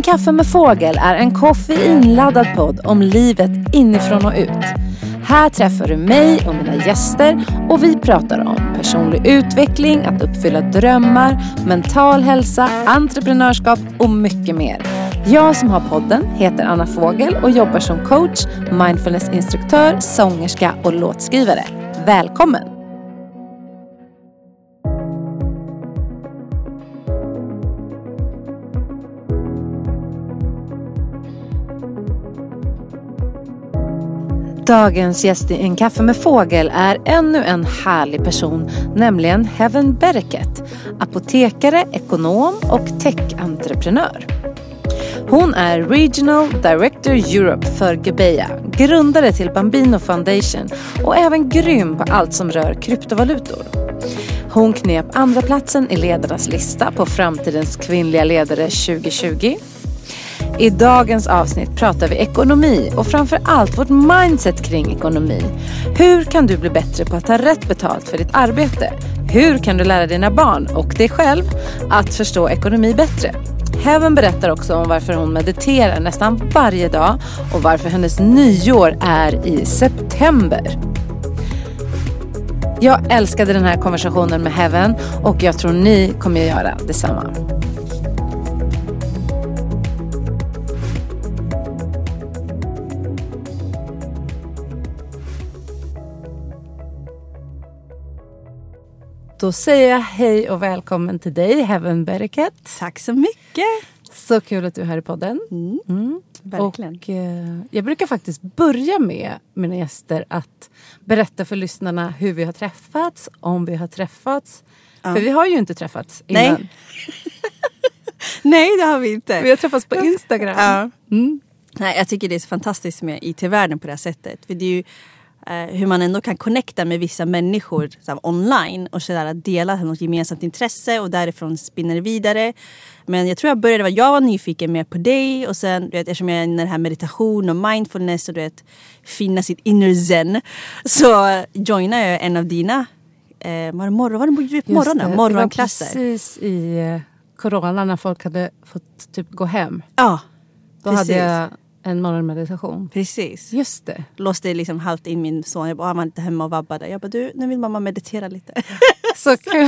kaffe med fågel är en koffeinladdad podd om livet inifrån och ut. Här träffar du mig och mina gäster och vi pratar om personlig utveckling, att uppfylla drömmar, mental hälsa, entreprenörskap och mycket mer. Jag som har podden heter Anna Fågel och jobbar som coach, mindfulnessinstruktör, sångerska och låtskrivare. Välkommen! Dagens gäst i En kaffe med fågel är ännu en härlig person, nämligen Heaven Bereket, apotekare, ekonom och tech-entreprenör. Hon är Regional Director Europe för Gebeya, grundare till Bambino Foundation och även grym på allt som rör kryptovalutor. Hon knep andra platsen i ledarnas lista på framtidens kvinnliga ledare 2020. I dagens avsnitt pratar vi ekonomi och framför allt vårt mindset kring ekonomi. Hur kan du bli bättre på att ta rätt betalt för ditt arbete? Hur kan du lära dina barn och dig själv att förstå ekonomi bättre? Heaven berättar också om varför hon mediterar nästan varje dag och varför hennes nyår är i september. Jag älskade den här konversationen med Heaven och jag tror ni kommer att göra detsamma. Då säger jag hej och välkommen till dig, Heaven Bereket. Tack så mycket. Så kul att du är här i podden. Verkligen. Och, jag brukar faktiskt börja med mina gäster att berätta för lyssnarna hur vi har träffats, om vi har träffats. Ja. För vi har ju inte träffats innan. Nej. Nej, det har vi inte. Vi har träffats på Instagram. Ja. Nej, jag tycker det är så fantastiskt med IT-världen på det här sättet. För det är ju hur man ändå kan connecta med vissa människor online och så där, dela något gemensamt intresse och därifrån spinner det vidare. Men jag tror jag var nyfiken mer på dig och sen du vet, eftersom jag är i den här meditation och mindfulness och du vet, finna sitt inner zen, så joinar jag en av dina morgonklasser. Precis i corona när folk hade fått typ gå hem. Ja, då hade jag en morgonmeditation. Precis. Just det. Låste liksom halvt in min son. Jag bara, han var inte hemma och vabbade. Jag bara, nu vill mamma meditera lite. Så kul.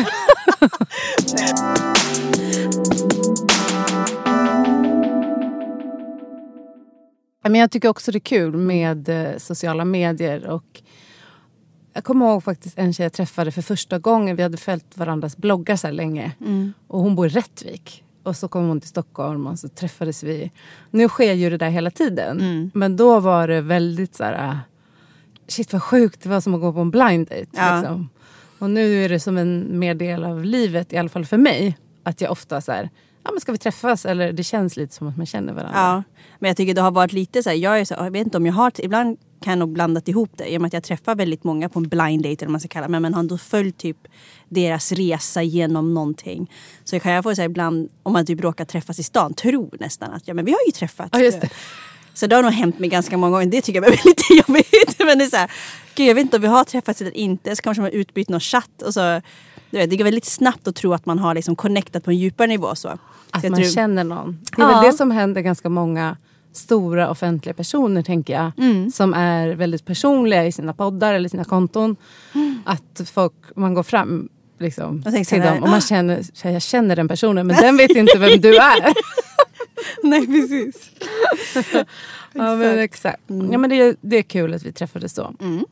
Men jag tycker också det är kul med sociala medier. Och jag kommer ihåg faktiskt en tjej jag träffade för första gången. Vi hade följt varandras bloggar så här länge. Och hon bor i Rättvik. Och så kom hon till Stockholm och så träffades vi. Nu sker ju det där hela tiden. Men då var det väldigt så här, shit vad sjukt. Det var som att gå på en blind date. Ja. Liksom. Och nu är det som en mer del av livet, i alla fall för mig. Att jag ofta så här, ja men ska vi träffas? Eller det känns lite som att man känner varandra. Ja, men jag tycker det har varit lite så här, jag vet inte om jag har, ibland kan jag nog blandat ihop det. I och med att jag träffar väldigt många på en blind date eller vad man ska kalla det. Men har ändå följt typ deras resa genom någonting. Så kan jag få säga ibland, om man typ råkar träffas i stan, tror nästan att, ja men vi har ju träffats. Ja, just det. Så det har nog hänt mig ganska många gånger. Det tycker jag är lite jobbigt. Men det är så här, gud jag vet inte om vi har träffats eller inte. Så kanske man utbyter någon chatt och så. Det går väldigt snabbt att tro att man har liksom connectat på en djupare nivå. Så. Att så man känner någon. Det är väl det som händer ganska många stora offentliga personer, tänker jag. Som är väldigt personliga i sina poddar eller sina konton. Att man går fram liksom, till dem och man känner, jag känner den personen men den vet inte vem du är. Nej, precis. Ja, men exakt. Ja, men det är kul att vi träffades då.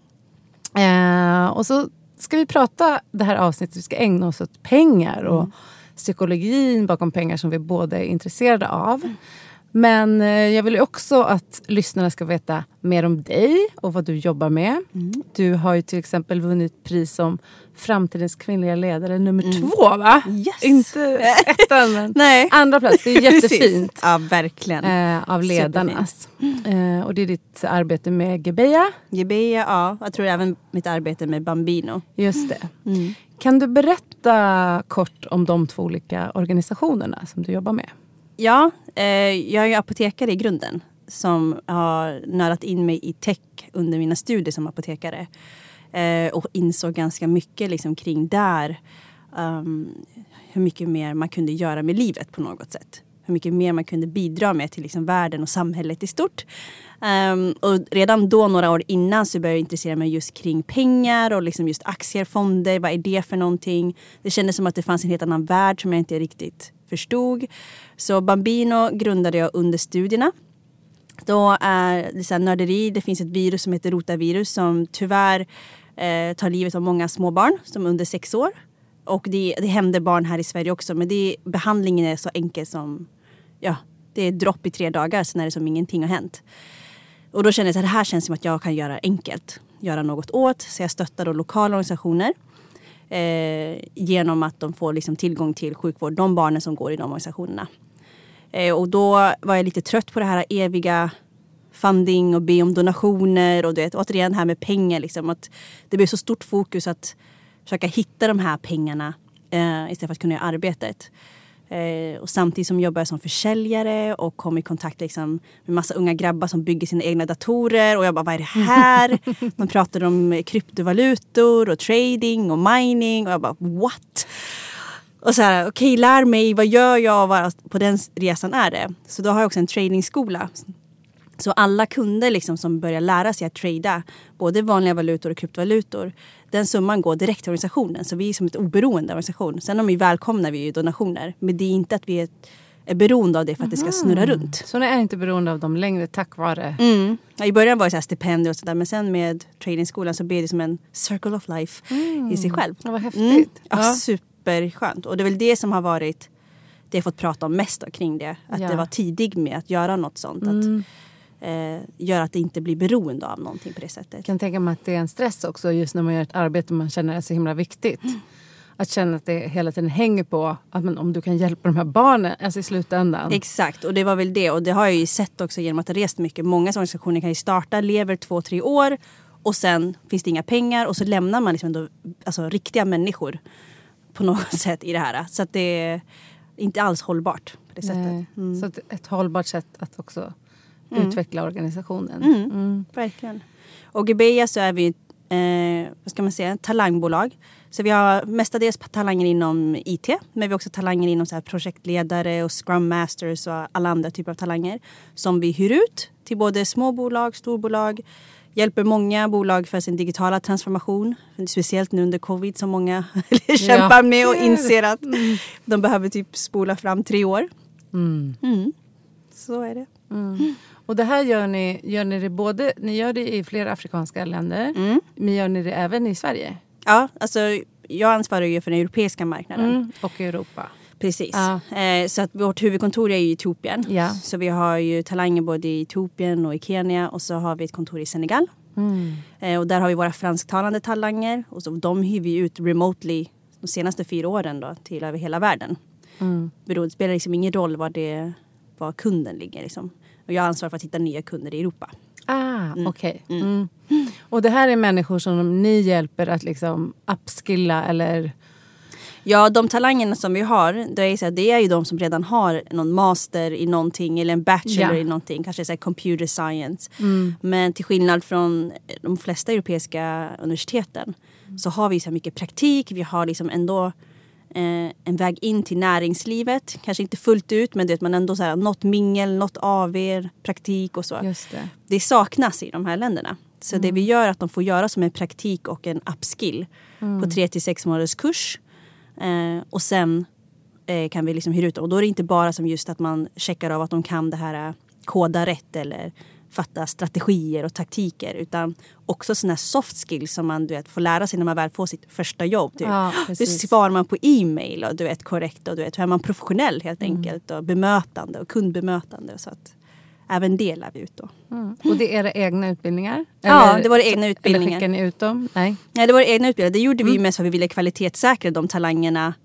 Och så ska vi prata det här avsnittet, vi ska ägna oss åt pengar och psykologin bakom pengar som vi båda är intresserade av. Men jag vill ju också att lyssnarna ska veta mer om dig och vad du jobbar med. Du har ju till exempel vunnit pris som framtidens kvinnliga ledare nummer 2, va? Yes. Inte ettan, men nej. Andra plats. Det är jättefint. Ja, verkligen. Av ledarnas. Och det är ditt arbete med Gebeya. Gebeya, ja. Jag tror även mitt arbete med Bambino. Just det. Kan du berätta kort om de 2 olika organisationerna som du jobbar med? Ja, jag är apotekare i grunden som har nördat in mig i tech under mina studier som apotekare. Och insåg ganska mycket liksom kring där hur mycket mer man kunde göra med livet på något sätt. hur mycket mer man kunde bidra med till liksom världen och samhället i stort. Och redan då, några år innan, så började jag intressera mig just kring pengar och liksom just aktier, fonder. Vad är det för någonting? Det kändes som att det fanns en helt annan värld som jag inte riktigt förstod. Så Bambino grundade jag under studierna. Då är det så här nörderi. Det finns ett virus som heter rotavirus som tyvärr tar livet av många små barn som är under 6 år. Och det händer barn här i Sverige också. Men behandlingen är så enkel som, det är dropp i 3 dagar, sen är det som ingenting har hänt. Och då kände jag att det här känns som att jag kan göra enkelt. Göra något åt. Så jag stöttar då lokala organisationer. Genom att de får liksom tillgång till sjukvård. De barnen som går i de organisationerna. Och då var jag lite trött på det här eviga funding och be om donationer. Och återigen det här med pengar. Liksom, att det blir så stort fokus att försöka hitta de här pengarna. Istället för att kunna göra arbetet. Och samtidigt som jobbar jag som försäljare och kom i kontakt liksom med massa unga grabbar som bygger sina egna datorer. Och jag bara, vad är det här? De pratade om kryptovalutor och trading och mining. Och jag bara, what? Och så här, okej, lär mig, vad gör jag? Vad på den resan är det? Så då har jag också en tradingskola. Så alla kunder liksom som börjar lära sig att trada både vanliga valutor och kryptovalutor, den summan går direkt till organisationen. Så vi är som ett oberoende organisation. Sen om vi välkomnar vi ju donationer. Men det är inte att vi är beroende av det för att det ska snurra runt. Så ni är inte beroende av dem längre tack vare? Ja, i början var det så här stipendier och sådär. Men sen med tradingskolan så blir det som en circle of life i sig själv. Det var häftigt. Ja, superskönt. Och det är väl det som har varit, det jag fått prata om mest då, kring det. Att det var tidig med att göra något sånt. Att göra att det inte blir beroende av någonting på det sättet. Jag kan tänka mig att det är en stress också just när man gör ett arbete man känner är så himla viktigt. Att känna att det hela tiden hänger på att om du kan hjälpa de här barnen alltså i slutändan. Exakt, och det var väl det. Och det har jag ju sett också genom att ha rest mycket. Många organisationer kan ju starta, lever 2-3 år och sen finns det inga pengar och så lämnar man liksom ändå, alltså riktiga människor på något sätt i det här. Så att det är inte alls hållbart på det sättet. Så att ett hållbart sätt att också utveckla organisationen. Verkligen. Och Gebeja så är vi vad ska man säga, talangbolag. Så vi har mestadels talanger inom IT, men vi har också talanger inom så här projektledare och scrum masters och alla andra typer av talanger som vi hyr ut till både små bolag, storbolag, hjälper många bolag för sin digitala transformation, speciellt nu under covid som många kämpar med och inser att de behöver typ spola fram 3 år. Så är det. Och det här gör ni det både, ni gör det i flera afrikanska länder, men gör ni det även i Sverige? Ja, alltså jag ansvarar ju för den europeiska marknaden. Och Europa. Precis. Ja. Så att vårt huvudkontor är i Etiopien. Ja. Så vi har ju talanger både i Etiopien och i Kenya. Och så har vi ett kontor i Senegal. Och där har vi våra fransktalande talanger. Och så de hyr vi ut remotely de senaste 4 åren då, till över hela världen. Det spelar liksom ingen roll var kunden ligger liksom. Och jag ansvarar för att hitta nya kunder i Europa. Okej. Och det här är människor som ni hjälper att liksom upskilla eller... Ja, de talangerna som vi har, det är ju de som redan har någon master i någonting eller en bachelor i någonting, kanske så här computer science. Men till skillnad från de flesta europeiska universiteten så har vi så här mycket praktik, vi har liksom ändå en väg in till näringslivet, kanske inte fullt ut, men det man ändå så här, något mingel, något AV, praktik och så. Just det. Det saknas i de här länderna. Så det vi gör är att de får göra som en praktik och en upskill på 3 till 6 månaders kurs. Och sen kan vi liksom hyra ut dem. Och då är det inte bara som just att man checkar av att de kan det här koda rätt eller fatta strategier och taktiker, utan också såna soft skills som man får lära sig när man väl får sitt första jobb. Typ. Hur svarar man på e-mail och korrekt och hur är man professionell helt enkelt och bemötande och kundbemötande, så att även det lär vi ut då. Och det är era egna utbildningar? Ja, det var det egna utbildningar. Eller skickar ni ut dem? Nej, det var det egna utbildningar. Det gjorde vi mest för att vi ville kvalitetssäkra de talangerna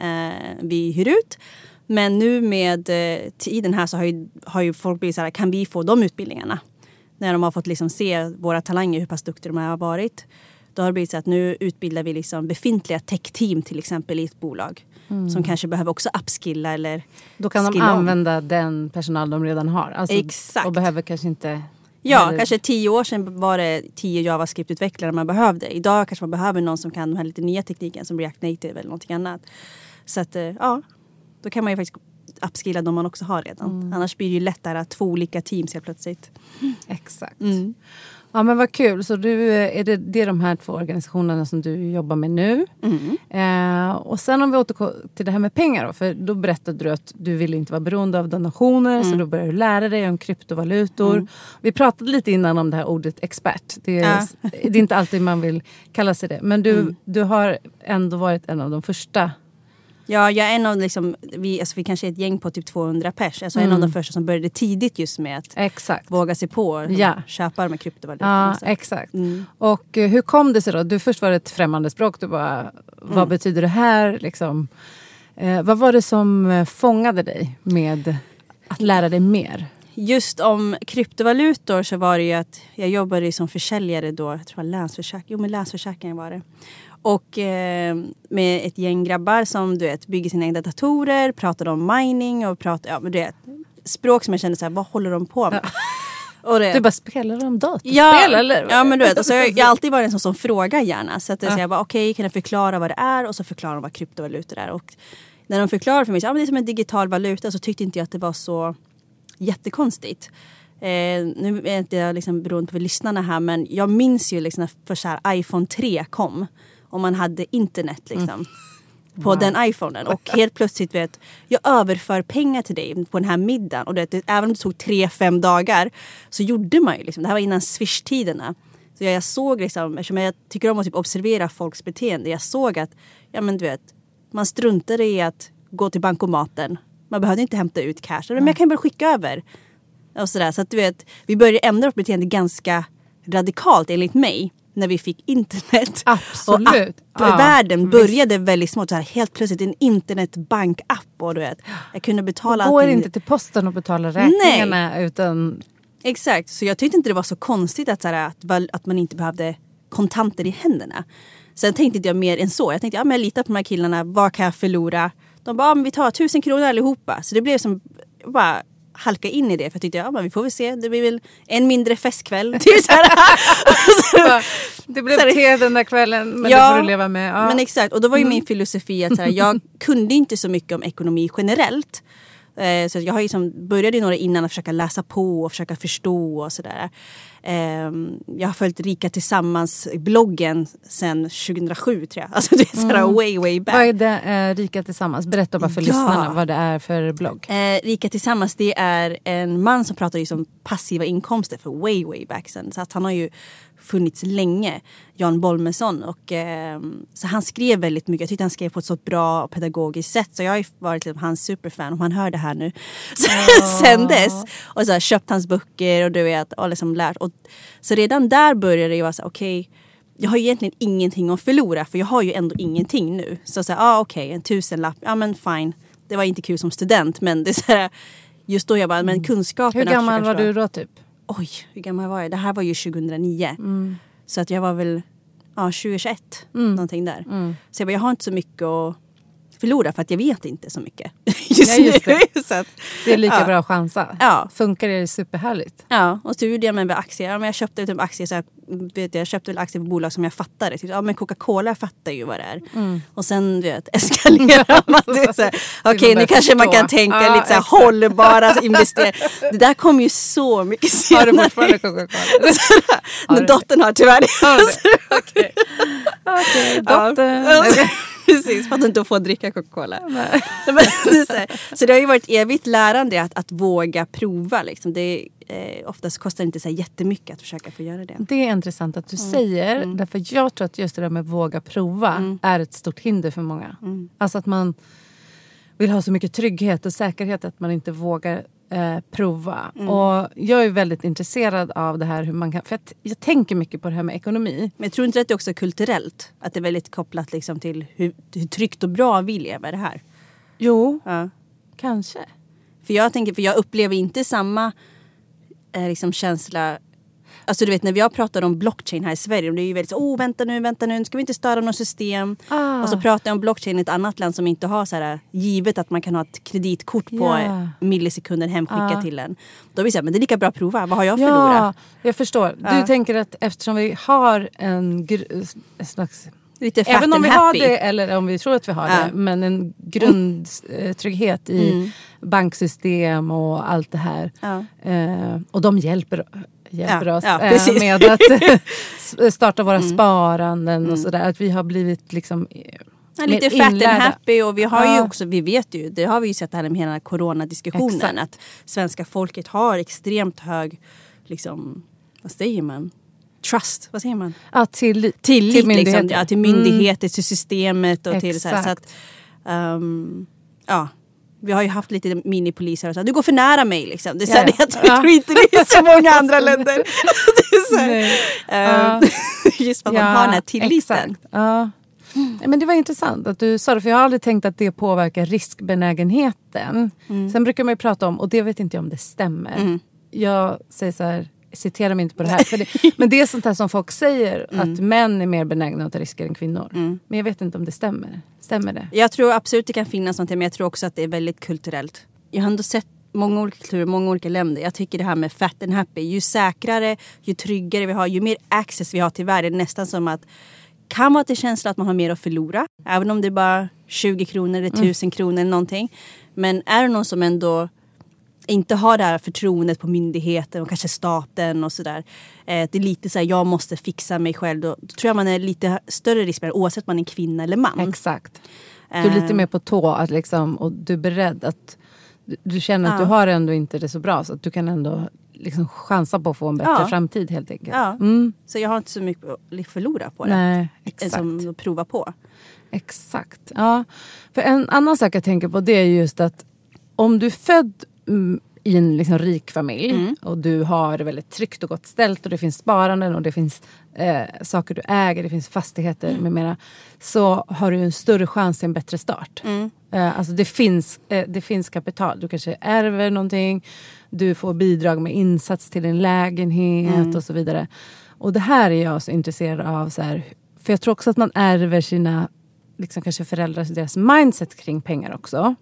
vi hyr ut. Men nu med tiden här så har ju folk blivit så här, kan vi få de utbildningarna? När de har fått liksom se våra talanger, hur pass duktiga de har varit. Då har det blivit så att nu utbildar vi liksom befintliga tech-team till exempel i ett bolag. Som kanske behöver också upskilla eller då kan de använda den personal de redan har. Alltså, exakt. Och behöver kanske inte... Ja, kanske 10 år sedan var det 10 JavaScript-utvecklare man behövde. Idag kanske man behöver någon som kan de här lite nya tekniken som React Native eller någonting annat. Så att då kan man ju faktiskt upskilla de man också har redan. Annars blir det ju lättare 2 olika teams helt plötsligt. Exakt. Ja, men vad kul. Så det är de här 2 organisationerna som du jobbar med nu. Och sen om vi återgår till det här med pengar då. För då berättade du att du ville inte vara beroende av donationer. Så då började du lära dig om kryptovalutor. Vi pratade lite innan om det här ordet expert. Det är inte alltid man vill kalla sig det. Men du har ändå varit en av de första. Ja, jag är en av liksom, vi kanske är ett gäng på typ 200 pers. Alltså en av de första som började tidigt just med att våga sig på och köpa de här kryptovalutorna. Ja, exakt. Och hur kom det sig då? Du först var ett främmande språk. Du bara, vad betyder det här? Liksom, vad var det som fångade dig med att lära dig mer? Just om kryptovalutor så var det ju att jag jobbade som försäljare då. Jag tror det var Länsförsäkringen var det. Och med ett gäng grabbar som du vet bygger sina egna datorer, pratade om mining och men du vet, språk som jag kände så här, vad håller de på med? Och du bara, spelar de datorspel eller? Ja, men du vet, och så jag har alltid varit en sån som frågar gärna. Så att jag bara, okej, kan jag förklara vad det är? Och så förklarar de vad kryptovalutor är. Och när de förklarar för mig, så det är som en digital valuta, så tyckte inte jag att det var så jättekonstigt. Nu är inte jag liksom beroende på lyssnarna här, men jag minns ju liksom när så här iPhone 3 kom. Och man hade internet liksom på den iPhonen. Och helt plötsligt vet jag överför pengar till dig på den här middagen. Och även om det tog 3-5 dagar så gjorde man ju liksom. Det här var innan Swish-tiderna. Så jag såg liksom, eftersom jag tycker om att typ observera folks beteende. Jag såg att, ja men du vet, man struntade i att gå till bankomaten. Man behövde inte hämta ut cash. Men jag kan bara skicka över. Och sådär. Så att du vet, vi började ändra vårt beteende ganska radikalt enligt mig. När vi fick internet. Absolut. Och världen började väldigt smått. Så här, helt plötsligt en internetbank-app. Och du vet, jag kunde betala allting. Går inte till posten och betala räkningarna. Nej. Utan... Exakt. Så jag tyckte inte det var så konstigt att man inte behövde kontanter i händerna. Sen tänkte inte jag mer än så. Jag tänkte, men jag litar på de här killarna. Vad kan jag förlora? De bara, men vi tar 1000 kronor allihopa. Så det blev som bara... halka in i det, för jag tyckte, men vi får väl se, det blir väl en mindre festkväll. Det blev te den där kvällen, men det får du leva med. Ja. Men exakt, och då var ju min filosofi att jag kunde inte så mycket om ekonomi generellt. Så jag har liksom började några innan att försöka läsa på och försöka förstå och sådär. Jag har följt Rika Tillsammans bloggen sedan 2007 tror jag. Alltså det är sådär way back. Vad är det Rika Tillsammans? Berätta bara för lyssnarna vad det är för blogg. Rika Tillsammans, det är en man som pratar ju om passiva inkomster för way back sen. Så att han har ju funnits länge, Jan Bolmesson, och så han skrev väldigt mycket. Jag tyckte han skrev på ett så bra och pedagogiskt sätt, så jag har ju varit liksom hans superfan, om han hör det här nu sen dess, och så här, köpt hans böcker och du vet, och liksom lärt, och så redan där började det ju vara så okej, jag har ju egentligen ingenting att förlora, för jag har ju ändå ingenting nu, så okej, en 1000-lapp, ja men fine, det var inte kul som student, men det är så här, just då jag bara, men kunskapen. Hur gammal var du då typ? Oj, hur gammal var jag? Det här var ju 2009. Så att jag var väl 2021. Någonting där. Så jag har inte så mycket att förlora, för att jag vet inte så mycket just nu. Så att, det är lika bra att chansa. Ja. Funkar det superhärligt. Ja, och så gjorde jag med aktier. Ja, men jag köpte typ aktier, så här, jag köpte väl aktier på bolag som jag fattade. Ja, men Coca-Cola fattar ju vad det är. Och sen eskalerar man. Okej, nu kanske man kan tänka lite så här hållbara investeringar. Det där kom ju så mycket senare. Har du fortfarande Coca-Cola? Men dottern har tyvärr det. Okej, dottern. Precis, för att inte få dricka Coca-Cola. Så det har ju varit evigt lärande att våga prova. Liksom. Det oftast kostar inte så jättemycket att försöka få göra det. Det är intressant att du säger. Därför jag tror att just det där med våga prova är ett stort hinder för många. Alltså att man vill ha så mycket trygghet och säkerhet att man inte vågar prova. Och jag är väldigt intresserad av det här, hur man kan, för jag tänker mycket på det här med ekonomi. Men jag tror inte att det också är kulturellt, att det är väldigt kopplat liksom till hur tryggt och bra vi lever det här. Jo, kanske. För jag upplever inte samma liksom känsla. Alltså du vet, när vi har pratat om blockchain här i Sverige, det är ju väldigt så, vänta nu, ska vi inte störa något system? Och så pratar jag om blockchain i ett annat land som inte har så här, givet att man kan ha ett kreditkort på millisekunder hemskickat till en. Då vill jag säga, men det är lika bra att prova, vad har jag förlorat? Ja, jag förstår. Du tänker att eftersom vi har en slags Lite fat även om and vi happy. har det eller om vi tror att vi har det. Men en grundtrygghet i banksystem och allt det här. Och de hjälper oss med att starta våra sparanden och sådär. Att vi har blivit liksom lite fat and happy, och vi har ju också, vi vet ju, det har vi ju sett här med hela coronadiskussionen. Exakt. Att svenska folket har extremt hög, liksom, vad säger man? Trust, vad säger man? Ja, tillit till myndigheter. Liksom, ja, till myndigheter, till systemet och till så här. Så att, vi har ju haft lite minipoliser och så. Du går för nära mig liksom. Det är så här, jag tror inte det är så många andra länder. Just för att man har den här tilliten. Men det var intressant att du sa det, för jag har aldrig tänkt att det påverkar riskbenägenheten. Sen brukar man ju prata om, och det vet inte jag om det stämmer. Jag säger så här, citera mig inte på det här. Men det är sånt här som folk säger, att män är mer benägna att ta risker än kvinnor. Men jag vet inte om det stämmer. Stämmer det? Jag tror absolut det kan finnas något, men jag tror också att det är väldigt kulturellt. Jag har ändå sett många olika kulturer, många olika länder. Jag tycker det här med fat and happy, ju säkrare, ju tryggare vi har, ju mer access vi har till världen, nästan som att kan vara till känsla att man har mer att förlora. Även om det är bara 20 kronor eller 1000 kronor eller någonting. Men är det någon som ändå inte har det här förtroendet på myndigheten och kanske staten och sådär. Det är lite så här, jag måste fixa mig själv. Då tror jag man är lite större risk oavsett om man är kvinna eller man. Exakt. Du är lite mer på tå att liksom, och du är beredd att du känner att du har ändå inte det så bra, så att du kan ändå liksom chansa på att få en bättre framtid helt enkelt. Ja. Så jag har inte så mycket att förlora på det. Nej, exakt. Som att prova på. Exakt. Ja. För en annan sak jag tänker på, det är just att om du är född i en liksom rik familj och du har det väldigt tryggt och gott ställt och det finns sparanden och det finns saker du äger, det finns fastigheter med mera, så har du en större chans till en bättre start. Alltså det finns kapital. Du kanske ärver någonting, du får bidrag med insats till en lägenhet och så vidare. Och det här är jag så intresserad av, så här, för jag tror också att man ärver sina liksom kanske föräldrars, deras mindset kring pengar också.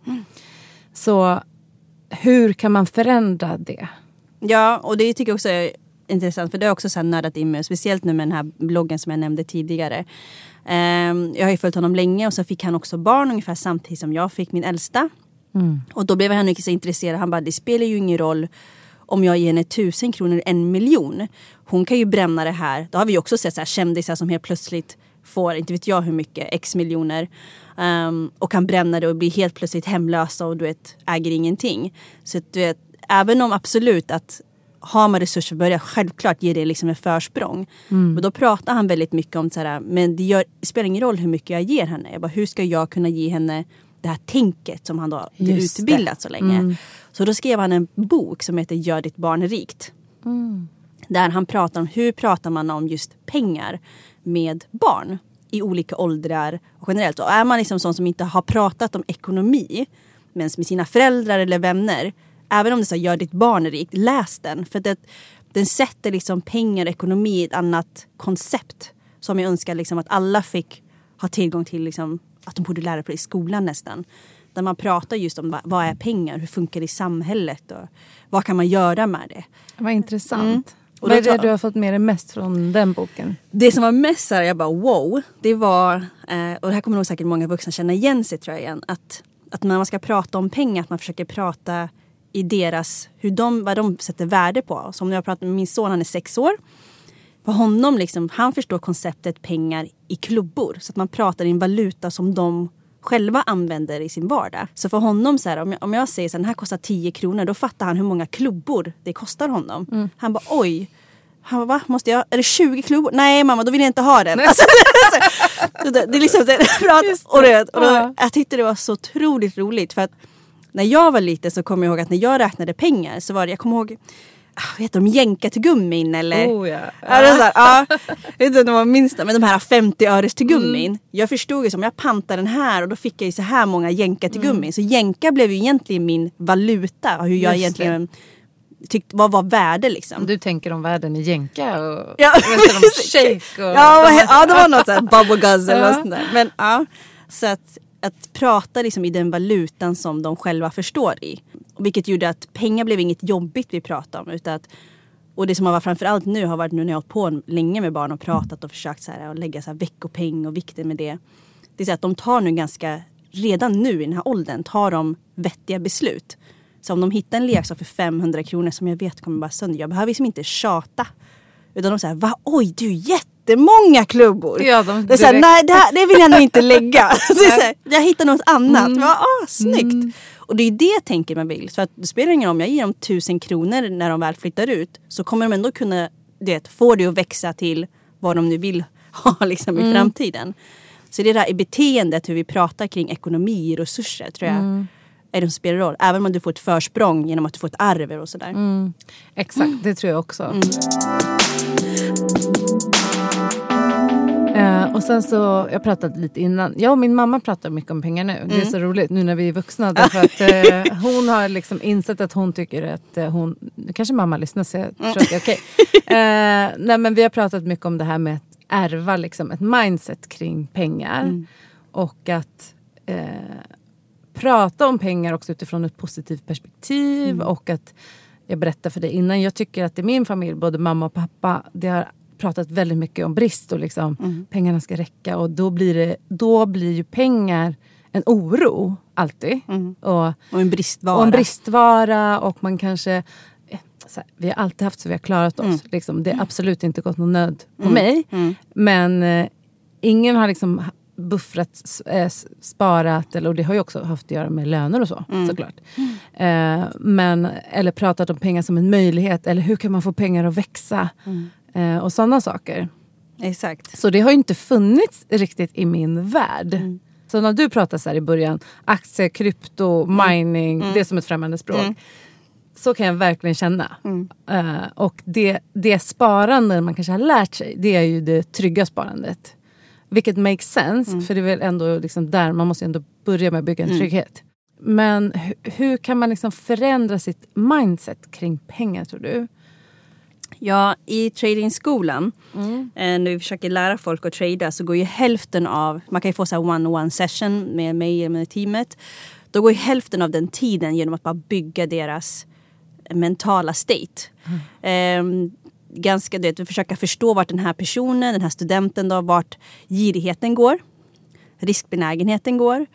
Så hur kan man förändra det? Ja, och det tycker jag också är intressant, för det har också så här nördat in mig, speciellt nu med den här bloggen som jag nämnde tidigare. Jag har ju följt honom länge, och så fick han också barn ungefär samtidigt som jag fick min äldsta. Och då blev han inte så intresserad. Han bara, det spelar ju ingen roll om jag ger henne 1000 kronor, 1 miljon. Hon kan ju bränna det här. Då har vi också sett så här kändisar som helt plötsligt får, inte vet jag hur mycket, x miljoner. Och kan bränna det och bli helt plötsligt hemlösa och du vet, äger ingenting. Så att, du vet, även om absolut att har man resurser börja, självklart ger det liksom en försprång. Men då pratar han väldigt mycket om så här, men det spelar ingen roll hur mycket jag ger henne. Jag bara, hur ska jag kunna ge henne det här tänket som han då har utbildat så länge. Så då skrev han en bok som heter Gör ditt barn rikt. Där han pratar om hur pratar man om just pengar med barn i olika åldrar och generellt. Och är man liksom sån som inte har pratat om ekonomi med sina föräldrar eller vänner, även om det så gör ditt barn rikt, läs den. För den sätter liksom pengar och ekonomi i ett annat koncept som jag önskar liksom att alla fick ha tillgång till, liksom, att de borde lära på det i skolan nästan. Där man pratar just om vad är pengar, hur funkar det i samhället och vad kan man göra med det. Vad intressant. Och vad är det du har fått med dig mest från den boken? Det som var mest här, jag bara wow, det var, och det här kommer nog säkert många vuxna känna igen sig, tror jag igen, att när man ska prata om pengar, att man försöker prata i deras, vad de sätter värde på. Som när jag pratar med min son, han är 6 år. För honom liksom, han förstår konceptet pengar i klubbor. Så att man pratar i en valuta som de själva använder i sin vardag. Så för honom så här, om jag säger så här, den här kostar 10 kronor, då fattar han hur många klubbor det kostar honom. Han bara, oj. Han bara, va? Måste jag? Är det 20 klubbor? Nej mamma, då vill jag inte ha den. Alltså, det är liksom jag tyckte det var så otroligt roligt. För att när jag var liten så kommer jag ihåg att när jag räknade pengar så var det, jag kommer ihåg, vet de jänka till gummin eller? Oh ja. Ja, det är så här, jag vet inte om det var minsta, men de här 50 öres till gummin. Jag förstod ju som jag pantade den här och då fick jag ju så här många jänka till gummin. Så jänka blev ju egentligen min valuta och hur jag egentligen tyckte vad var värde liksom. Du tänker om världen i jänka och shake och ja, det var något så här bubbleguzz eller något sånt där. Men ja, så att prata liksom i den valutan som de själva förstår i. Vilket gjorde att pengar blev inget jobbigt vi pratade om, utan att Och det som har varit framförallt nu har varit nu när jag har hållit på länge med barn och pratat och försökt så här, och lägga så här veckopeng och vikten med det. Det är så att de tar nu redan nu i den här åldern tar de vettiga beslut. Så om de hittar en leksak för 500 kronor som jag vet kommer bara sönder. Jag behöver liksom inte tjata. Utan de säger, oj du jättemånga klubbor. Ja, det är så här, nej det vill jag nog inte lägga. Så det är så här, jag hittar något annat. Snyggt. Och det är det jag tänker man vill. Så att det spelar ingen roll om jag ger dem 1000 kronor när de väl flyttar ut. Så kommer de ändå kunna få det att växa till vad de nu vill ha liksom, i framtiden. Så det där i beteendet hur vi pratar kring ekonomi och resurser tror jag är det som spelar roll. Även om du får ett försprång genom att du får ett arv och sådär. Exakt, det tror jag också. Och sen så, jag pratade lite innan. Jag och min mamma pratar mycket om pengar nu. Det är så roligt nu när vi är vuxna. Därför att hon har liksom insett att hon tycker att hon... Kanske mamma lyssnar så jag tror att det är okej. Nej men vi har pratat mycket om det här med att ärva liksom ett mindset kring pengar. Och att prata om pengar också utifrån ett positivt perspektiv. Och att, jag berättar för dig innan, jag tycker att i min familj, både mamma och pappa, det har pratat väldigt mycket om brist och liksom pengarna ska räcka. Och då blir ju pengar en oro alltid. Och en bristvara. Och en bristvara och man kanske... vi har alltid haft så vi har klarat oss. Liksom. Det har absolut inte gått någon nöd på mig. Men ingen har liksom buffrat, sparat. Och det har ju också haft att göra med löner och så, såklart. Eller pratat om pengar som en möjlighet. Eller hur kan man få pengar att växa? Och sådana saker. Exakt. Så det har ju inte funnits riktigt i min värld. Så när du pratar så här i början, aktier, krypto, mining, det är som ett främmande språk. Så kan jag verkligen känna. Och det sparande man kanske har lärt sig, det är ju det trygga sparandet. Vilket makes sense, för det är väl ändå liksom där, man måste ändå börja med att bygga en trygghet. Men hur kan man liksom förändra sitt mindset kring pengar, tror du? Ja, i tradingskolan, när vi försöker lära folk att trada, så går ju hälften av, man kan ju få så här one-on-one session med mig och med teamet. Då går ju hälften av den tiden genom att bara bygga deras mentala state. Ganska att försöka förstå vart den här personen, den här studenten då, vart girigheten går, riskbenägenheten går,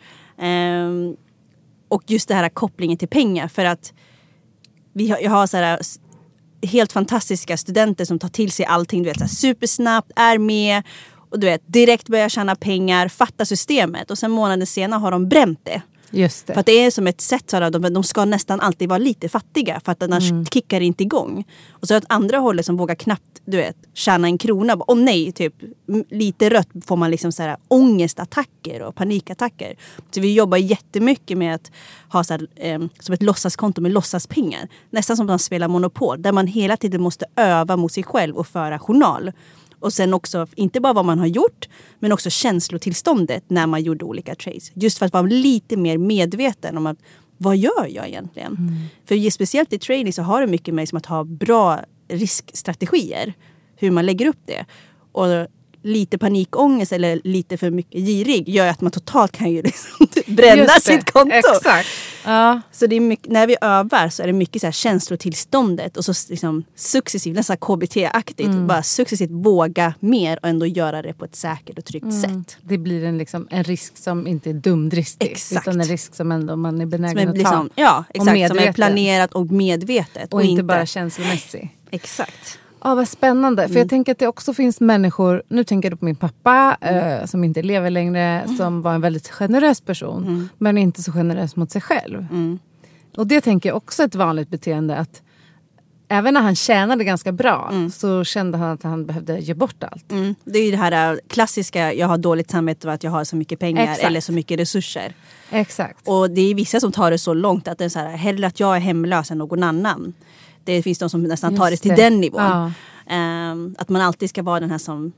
och just det här kopplingen till pengar. För att jag har så här helt fantastiska studenter som tar till sig allting, du vet, så här supersnabbt, är med och du vet, direkt börjar tjäna pengar, fattar systemet och sen månaden senare har de bränt det. Just det. För att det är som ett sätt så att de ska nästan alltid vara lite fattiga för att annars kickar det inte igång. Och så att andra hållet som vågar knappt, du vet, tjäna en krona. Nej, typ lite rött får man liksom så här ångestattacker och panikattacker. Så vi jobbar jättemycket med att ha så här, som ett låtsaskonto med låtsaspengar. Nästan som att man spelar Monopol. Där man hela tiden måste öva mot sig själv och föra journal. Och sen också, inte bara vad man har gjort, men också känslotillståndet när man gjorde olika trades. Just för att vara lite mer medveten om att, vad gör jag egentligen? För speciellt i trading så har det mycket med att ha bra riskstrategier. Hur man lägger upp det. Och lite panikångest eller lite för mycket girig gör att man totalt kan ju liksom bränna sitt konto. Exakt. Ja. Så det är mycket, när vi övar så är det mycket så här känslotillståndet och så liksom successivt, nästan KBT-aktigt, bara successivt våga mer och ändå göra det på ett säkert och tryggt sätt. Det blir en risk som inte är dumdristig. Exakt. Utan en risk som ändå man är benägen att liksom, ta. Ja, exakt. Som är planerat och medvetet. Och inte bara känslomässig. Exakt. Ja, vad spännande. För jag tänker att det också finns människor, nu tänker jag på min pappa som inte lever längre, som var en väldigt generös person, men inte så generös mot sig själv. Och det tänker jag också är ett vanligt beteende, att även när han tjänade ganska bra så kände han att han behövde ge bort allt. Det är ju det här klassiska, jag har dåligt samvete för att jag har så mycket pengar. Exakt. Eller så mycket resurser. Exakt. Och det är vissa som tar det så långt att det är så här, hellre att jag är hemlös än någon annan. Det finns de som nästan tar det till den nivån. Ja. Att man alltid ska vara den här som...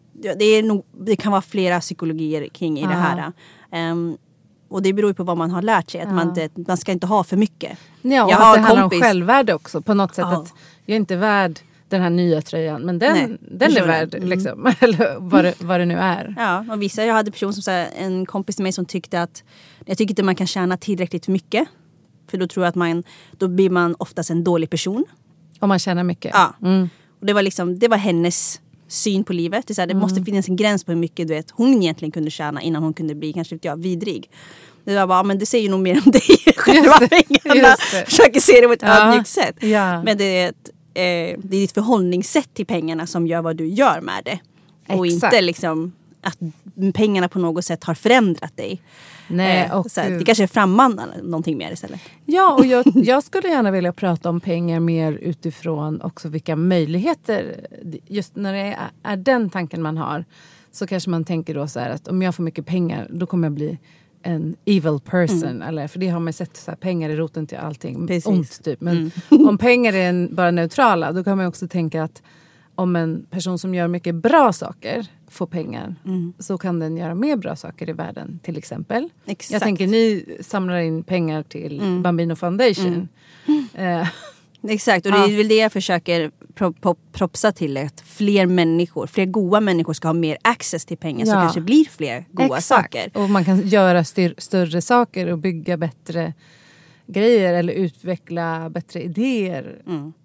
Det kan vara flera psykologier kring i det här. Och det beror ju på vad man har lärt sig. Att man ska inte ha för mycket. Ja, och jag att det handlar om självvärde också. På något sätt att jag är inte värd den här nya tröjan. Men den är värd liksom. Eller vad det nu är. Ja, och vissa, jag hade en kompis till mig som tyckte att jag tycker inte man kan tjäna tillräckligt mycket. För då tror jag att då blir man oftast en dålig person. Om man tjänar mycket. Ja. Och det var hennes syn på livet. Det, är så här, det måste finnas en gräns på hur mycket hon egentligen kunde tjäna innan hon kunde bli kanske vidrig. Det var bara, men det säger nog mer om dig själva pengarna. Försöker se det på ett ödmjukt sätt. Ja. Men det är ditt förhållningssätt till pengarna som gör vad du gör med det. Och inte liksom att pengarna på något sätt har förändrat dig. Nej, och så här, det kanske är frammanar någonting mer istället. Ja, och jag skulle gärna vilja prata om pengar mer utifrån också vilka möjligheter. Just när det är den tanken man har, så kanske man tänker då så här att om jag får mycket pengar, då kommer jag bli en evil person. Eller, för det har man sett, så här, pengar är roten till allting. Precis. Ont typ. Men om pengar är bara neutrala, då kan man också tänka att om en person som gör mycket bra saker får pengar, så kan den göra mer bra saker i världen, till exempel. Exakt. Jag tänker, ni samlar in pengar till Bambino Foundation. Exakt, och det är väl det jag försöker propsa till, att fler goda människor ska ha mer access till pengar, så kanske blir fler goda saker. Och man kan göra större saker och bygga bättre grejer eller utveckla bättre idéer.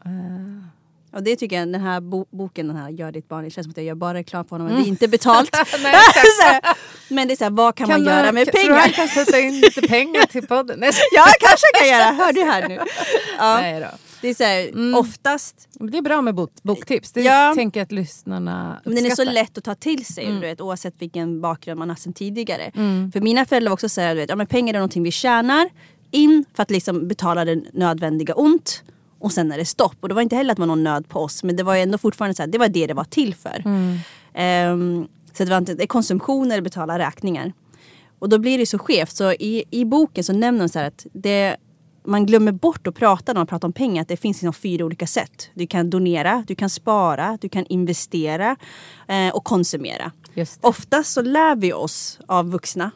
Och det tycker jag, den här boken, den här Gör ditt barn, det känns som att jag gör bara reklam på honom, men det är inte betalt. Nej, men det är så här, vad kan man göra med pengar? Tror han kan sätta in lite pengar till podden? Ja, kanske kan göra. Hör du här nu? Ja. Nej då. Det är så här, oftast... Det är bra med boktips. Det tänker jag att lyssnarna uppskattar. Men den är så lätt att ta till sig, du vet, oavsett vilken bakgrund man har sedan tidigare. För mina föräldrar var också så här, du vet, men pengar är någonting vi tjänar in för att liksom betala det nödvändiga ont. Och sen är det stopp. Och det var inte heller att det var någon nöd på oss. Men det var ändå fortfarande så här, det var det var till för. Så det var inte konsumtion eller betala räkningar. Och då blir det så skevt. Så i boken så nämner de så här att man glömmer bort att prata när man pratar om pengar. Att det finns 4 olika sätt. Du kan donera, du kan spara, du kan investera och konsumera. Oftast så lär vi oss av vuxna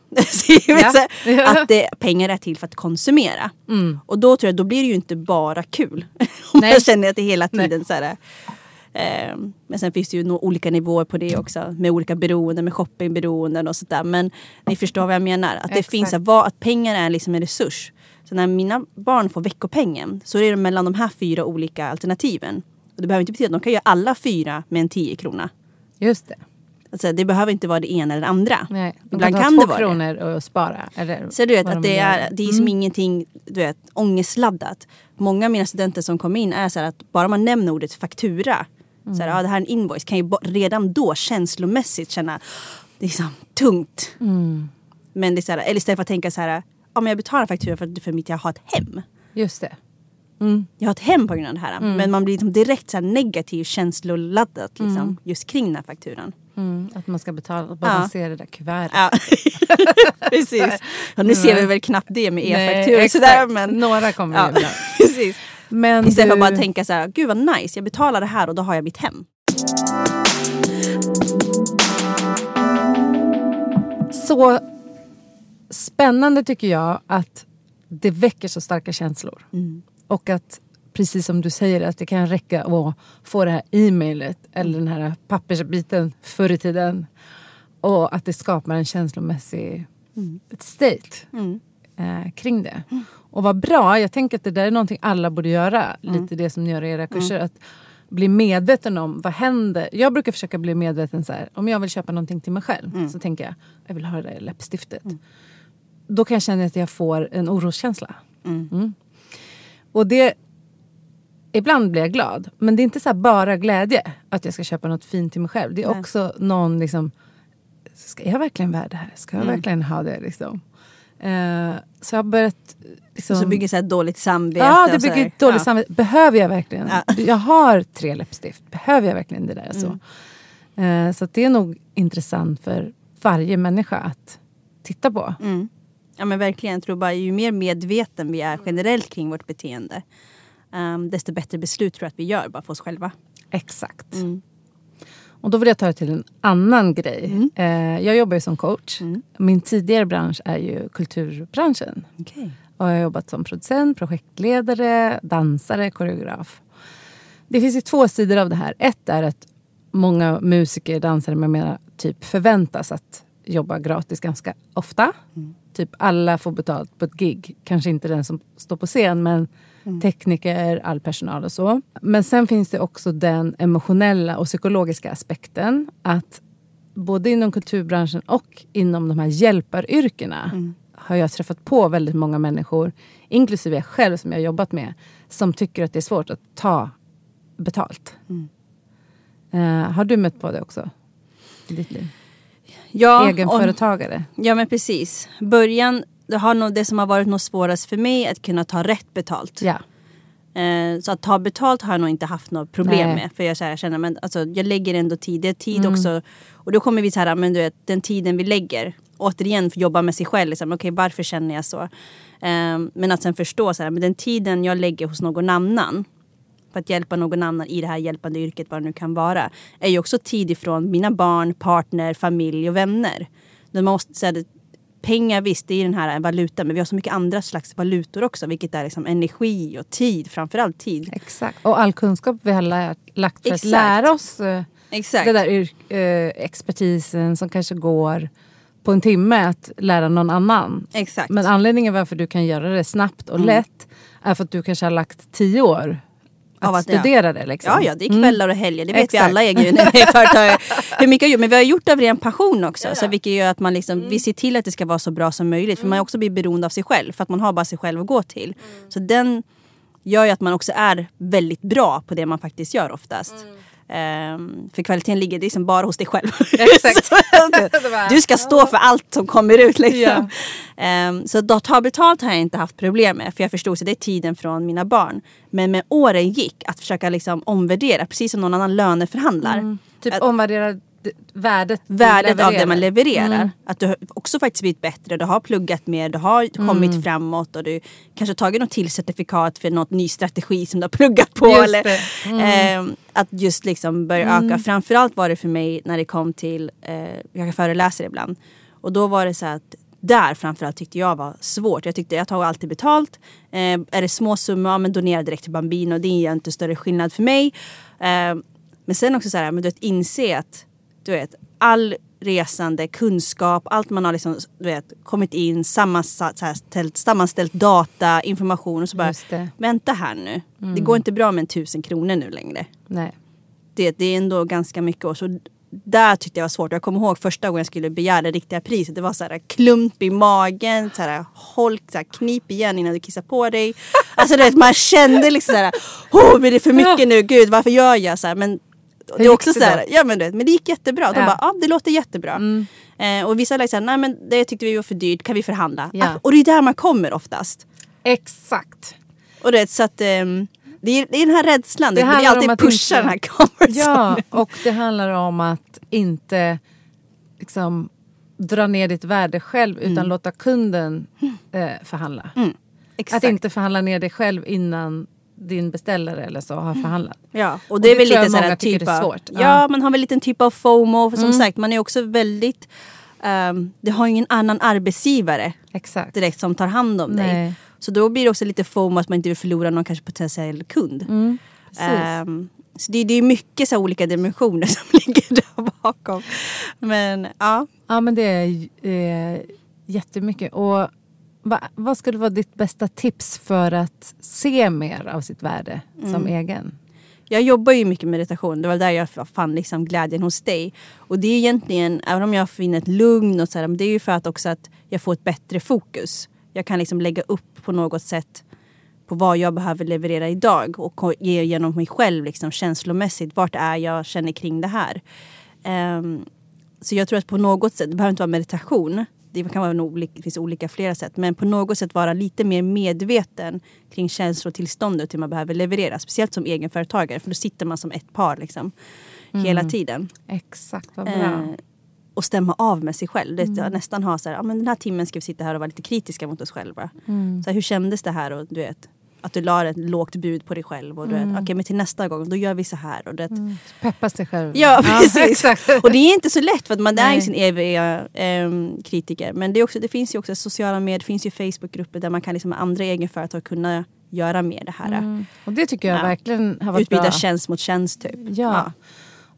att pengar är till för att konsumera. Och då tror jag, då blir det ju inte bara kul. Jag känner att det hela tiden så här. Men sen finns det ju olika nivåer på det också, med olika beroenden, med shoppingberoenden och sådär. Men ni förstår vad jag menar, att det finns att pengar är liksom en resurs. Så när mina barn får veckopengen, så är det mellan de här 4 olika alternativen. Och det behöver inte betyda att de kan göra alla 4 med en 10 krona. Just det. Alltså, det behöver inte vara det ena eller det andra. Nej, ibland kan det vara 2 kronor och spara. Eller så du vet att det är som ingenting, du vet, ångestladdat. Många av mina studenter som kommer in är så här att bara man nämner ordet faktura, så här, det här är en invoice, kan ju redan då känslomässigt känna det är så tungt. Men det är så här, eller istället för att tänka så här, men jag betalar faktura för mitt jag har ett hem. Just det. Jag har ett hem på grund av det här. Men man blir liksom direkt så här negativ känsloladdat liksom, just kring den här fakturan. Att man ska betala, bara se det där kuvertet. Ja. Precis. Och nu ser vi väl knappt det med e-fakturor. Sådär, men några kommer ju ibland. Precis. Men istället för att bara tänka så här, gud vad nice, jag betalar det här och då har jag mitt hem. Så spännande tycker jag att det väcker så starka känslor. Och att, precis som du säger, att det kan räcka att få det här e-mailet eller den här pappersbiten förr i tiden. Och att det skapar en känslomässig state kring det. Och vad bra, jag tänker att det där är någonting alla borde göra. Lite det som ni gör i era kurser. Att bli medveten om vad händer. Jag brukar försöka bli medveten så här. Om jag vill köpa någonting till mig själv, så tänker jag vill ha det där läppstiftet. Då kan jag känna att jag får en oroskänsla. Och det, ibland blir jag glad. Men det är inte så här bara glädje att jag ska köpa något fint till mig själv. Det är också någon liksom, ska jag verkligen vara det här? Ska jag verkligen ha det liksom? Så jag har börjat liksom, så bygger så här dåligt samvete. Ja, det bygger ett dåligt samvete. Behöver jag verkligen? Jag har 3 läppstift. Behöver jag verkligen det där? Så att det är nog intressant för varje människa att titta på. Ja, men verkligen. Jag tror bara ju mer medveten vi är generellt kring vårt beteende, desto bättre beslut tror jag att vi gör bara för oss själva. Exakt. Och då vill jag ta det till en annan grej. Jag jobbar ju som coach. Min tidigare bransch är ju kulturbranschen. Okay. Och jag har jobbat som producent, projektledare, dansare, koreograf. Det finns ju 2 sidor av det här. Ett är att många musiker, dansare med mera typ förväntas att jobba gratis ganska ofta. typ alla får betalt på ett gig. Kanske inte den som står på scen, men tekniker, all personal och så. Men sen finns det också den emotionella och psykologiska aspekten. Att både inom kulturbranschen och inom de här hjälparyrkena har jag träffat på väldigt många människor, inklusive jag själv som jag har jobbat med, som tycker att det är svårt att ta betalt. Har du mött på det också i ditt liv? Ja, egenföretagare. Ja, men precis. Början, det som har varit något svårast för mig att kunna ta rätt betalt. Ja. Så att ta betalt har jag nog inte haft något problem med. För jag känner, men alltså, jag lägger ändå tid. Det är tid också. Och då kommer vi så här, men du vet, den tiden vi lägger. Återigen för att jobba med sig själv. Liksom, okej, varför känner jag så? Men att sen förstå så här, men den tiden jag lägger hos någon annan. För att hjälpa någon annan i det här hjälpande yrket, vad det nu kan vara. Är ju också tid ifrån mina barn, partner, familj och vänner. Man måste säga pengar, visst, det är den här valutan. Men vi har så mycket andra slags valutor också. Vilket är liksom energi och tid. Framförallt tid. Exakt. Och all kunskap vi har lagt för att lära oss det där expertisen som kanske går på en timme att lära någon annan. Exakt. Men anledningen varför du kan göra det snabbt och lätt är för att du kanske har lagt 10 år att studera det. Liksom. Ja, det är kvällar och helger. Det vet vi alla företag. Hur mycket gjort. Men vi har gjort det av ren passion också. Så vilket gör att man liksom, vi ser till att det ska vara så bra som möjligt. För man också blir beroende av sig själv. För att man har bara sig själv att gå till. Så den gör ju att man också är väldigt bra på det man faktiskt gör oftast. För kvaliteten ligger liksom bara hos dig själv. Exakt. Du ska stå för allt som kommer ut liksom. Så att ta betalt har jag inte haft problem med. För jag förstod att det är tiden från mina barn. Men med åren gick att försöka liksom omvärdera. Precis som någon annan löneförhandlar. Typ omvärdera värdet av det man levererar. Att du också faktiskt blivit bättre. Du har pluggat mer, du har kommit framåt. Och du kanske tagit något till certifikat för något ny strategi som du har pluggat på. Eller, att just liksom börja öka. Framförallt var det för mig när det kom till, jag föreläser ibland. Och då var det så att där framförallt tyckte jag var svårt. Jag tyckte jag tar alltid betalt. Är det små summor, men donera direkt till Bambino. Det är inte större skillnad för mig. Men sen också så här, men du vet, inse att du vet, all resande, kunskap, allt man har liksom, du vet, kommit in, sammanställt data, information och så bara, vänta här nu. Det går inte bra med 1000 kronor nu längre. Nej. Det är ändå ganska mycket år. Så där tyckte jag var svårt. Jag kommer ihåg första gången jag skulle begära det riktiga priset. Det var så här klump i magen, så här holk, så här knip igen innan du kissar på dig. Alltså du vet, man kände liksom så här, blir det för mycket nu? Gud, varför gör jag så här? Men det är också så här, ja men du vet, men det gick jättebra. De bara, det låter jättebra. Och vissa lägger så här, nej men det tyckte vi var för dyrt, kan vi förhandla? Och det är där man kommer oftast. Exakt. Och det så att det är den här rädslan. Det är alltid pusha den här kameran. Ja, och det handlar om att inte liksom dra ner ditt värde själv utan låta kunden förhandla. Att inte förhandla ner dig själv innan din beställare eller så har förhandlat. Ja, och det är väl lite så här typ av svårt. Ja, man har väl lite en typ av FOMO. För som sagt, man är också väldigt det har ingen annan arbetsgivare direkt som tar hand om dig. Så då blir det också lite FOMO att man inte vill förlora någon kanske potentiell kund. Så det är mycket så olika dimensioner som ligger där bakom. Men ja. Ja, men det är jättemycket. Och vad skulle vara ditt bästa tips för att se mer av sitt värde som egen? Jag jobbar ju mycket med meditation. Det var där jag fann liksom glädjen hos dig. Och det är egentligen, även om jag finner ett lugn och så här, men det är ju för att också att jag får ett bättre fokus. Jag kan liksom lägga upp på något sätt på vad jag behöver leverera idag. Och ge genom mig själv liksom känslomässigt. Vart är jag känner kring det här. Så jag tror att på något sätt, det behöver inte vara meditation. Det kan vara det finns olika flera sätt. Men på något sätt vara lite mer medveten kring känslotillståndet till man behöver leverera. Speciellt som egenföretagare. För då sitter man som ett par liksom, hela tiden. Exakt, vad bra. Och stämma av med sig själv. Det nästan ha så här, men den här timmen ska vi sitta här och vara lite kritiska mot oss själva. Så här, hur kändes det här? Och du vet, att du la ett lågt bud på dig själv. Och du vet, okej, men till nästa gång, då gör vi så här. Och det, peppas dig själv. Ja, precis. Och det är inte så lätt för att man är ju sin eviga kritiker. Men det finns ju också sociala medier, det finns ju Facebookgrupper där man kan liksom med andra egenföretag kunna göra mer det här. Och det tycker jag verkligen har varit utbyta bra. tjänst mot tjänst typ. Ja.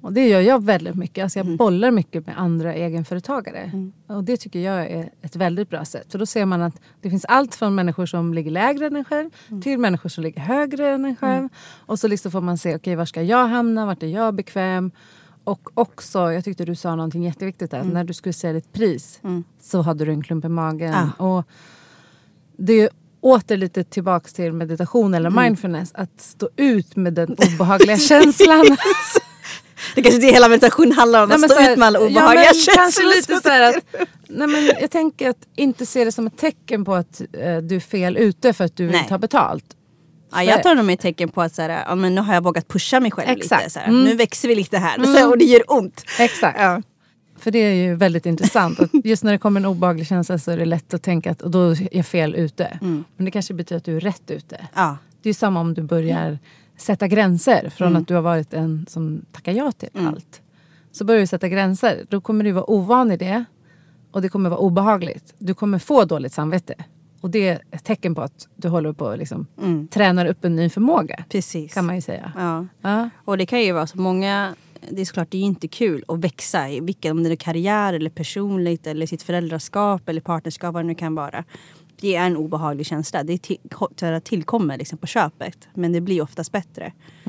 Och det gör jag väldigt mycket. Alltså jag bollar mycket med andra egenföretagare. Och det tycker jag är ett väldigt bra sätt. För då ser man att det finns allt från människor som ligger lägre än en själv till människor som ligger högre än en själv. Och så liksom får man se, okej, var ska jag hamna? Vart är jag bekväm? Och också, jag tyckte du sa någonting jätteviktigt där. När du skulle säga ditt pris så hade du en klump i magen. Och det är åter lite tillbaks till meditation eller mindfulness. Att stå ut med den obehagliga känslan. Det kanske det hela meditation handlar om. Att stå ut med alla obehagliga känslor. Kanske lite så här att, jag tänker att inte se det som ett tecken på att du är fel ute för att du vill ta betalt. Ja, jag tar nog med ett tecken på att såhär, men nu har jag vågat pusha mig själv lite. Såhär. Nu växer vi lite här och det gör ont. Exakt. Ja. För det är ju väldigt intressant. Att just när det kommer en obehaglig känsla så är det lätt att tänka att och då är jag fel ute. Men det kanske betyder att du är rätt ute. Ja. Det är ju samma om du börjar sätta gränser. Från att du har varit en som tackar ja till allt. Så börjar du sätta gränser. Då kommer du vara ovan i det. Och det kommer vara obehagligt. Du kommer få dåligt samvete. Och det är ett tecken på att du håller på att liksom tränar upp en ny förmåga. Precis. Kan man ju säga. Ja. Och det kan ju vara så många... Det är såklart, det är ju inte kul att växa i om det är karriär eller personligt eller sitt föräldraskap eller partnerskap, vad det nu kan vara. Det är en obehaglig känsla. Det tillkommer liksom på köpet. Men det blir oftast bättre.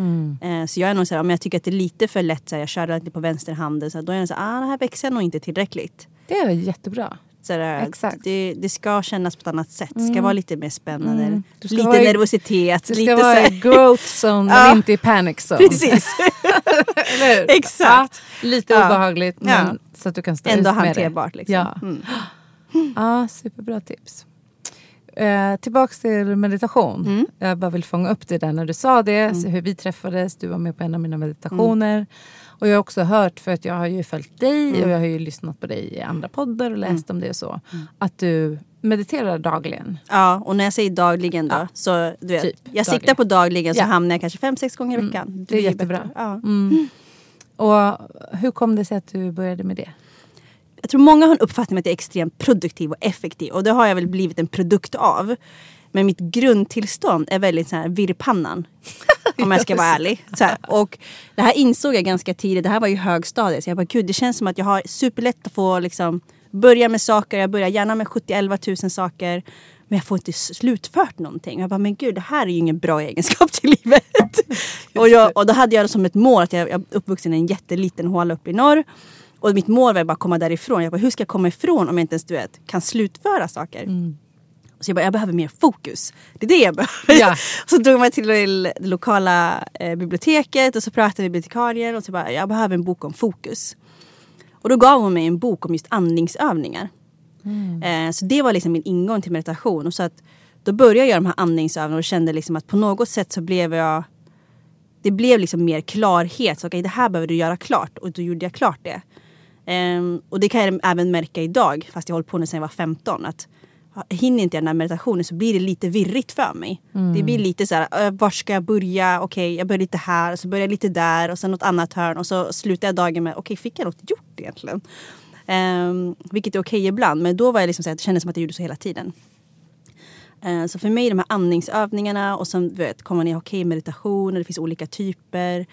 Så jag är nog så här, om jag tycker att det är lite för lätt, så här, jag kör lite på vänsterhanden, så då är jag så här, det här växer nog inte tillräckligt. Det är jättebra. Så där, exakt. Det ska kännas på ett annat sätt. Det ska vara lite mer spännande. Lite nervositet. Det ska lite vara i growth zone men inte i panic zone. Precis. Eller hur? Exakt. Ja, lite obehagligt men så att du kan stå ändå ut med hanterbart det. liksom. Ja. Ja, superbra tips. Tillbaks till meditation. Jag bara vill fånga upp det där när du sa det. Så hur vi träffades. Du var med på en av mina meditationer. Och jag har också hört, för att jag har ju följt dig och jag har ju lyssnat på dig i andra poddar och läst om det och så. Att du mediterar dagligen. Ja, och när jag säger dagligen då, så du vet, typ, jag siktar på dagligen så hamnar jag kanske 5-6 gånger i veckan. Det är jättebra. Ja. Och hur kom det sig att du började med det? Jag tror många har en uppfattning om att jag är extremt produktiv och effektiv. Och det har jag väl blivit en produkt av. Men mitt grundtillstånd är väldigt så här virrpannan. Om jag ska vara ärlig. Så här. Och det här insåg jag ganska tidigt. Det här var ju högstadiet. Så jag bara, gud, det känns som att jag har superlätt att få liksom, börja med saker. Jag börjar gärna med 70-11 000 saker. Men jag får inte slutfört någonting. Jag bara, men gud, det här är ju ingen bra egenskap till livet. och då hade jag det som ett mål att jag är uppvuxen i en jätteliten håla uppe i norr. Och mitt mål var bara att komma därifrån. Jag bara, hur ska jag komma ifrån om jag inte ens kan slutföra saker? Så jag bara, jag behöver mer fokus. Det är det jag behöver. Ja. Så drog man till det lokala biblioteket och så pratade vi med bibliotekarien och så bara, jag behöver en bok om fokus. Och då gav hon mig en bok om just andningsövningar. Så det var liksom min ingång till meditation. Och så att då började jag göra de här andningsövningarna och kände liksom att på något sätt så blev det blev liksom mer klarhet. Så okej, det här behöver du göra klart. Och då gjorde jag klart det. Och det kan jag även märka idag, fast jag håller på nu sedan jag var 15, att hinner inte jag den här meditationen så blir det lite virrigt för mig. Det blir lite så här, var ska jag börja? Okej, jag börjar lite här och så börjar jag lite där och sen något annat hörn och så slutar jag dagen med, okej, fick jag något gjort egentligen? Vilket är okej ibland, men då var jag liksom så här, det kändes som att jag gjorde så hela tiden. Så för mig de här andningsövningarna och sen kommer man i meditation och det finns olika typer.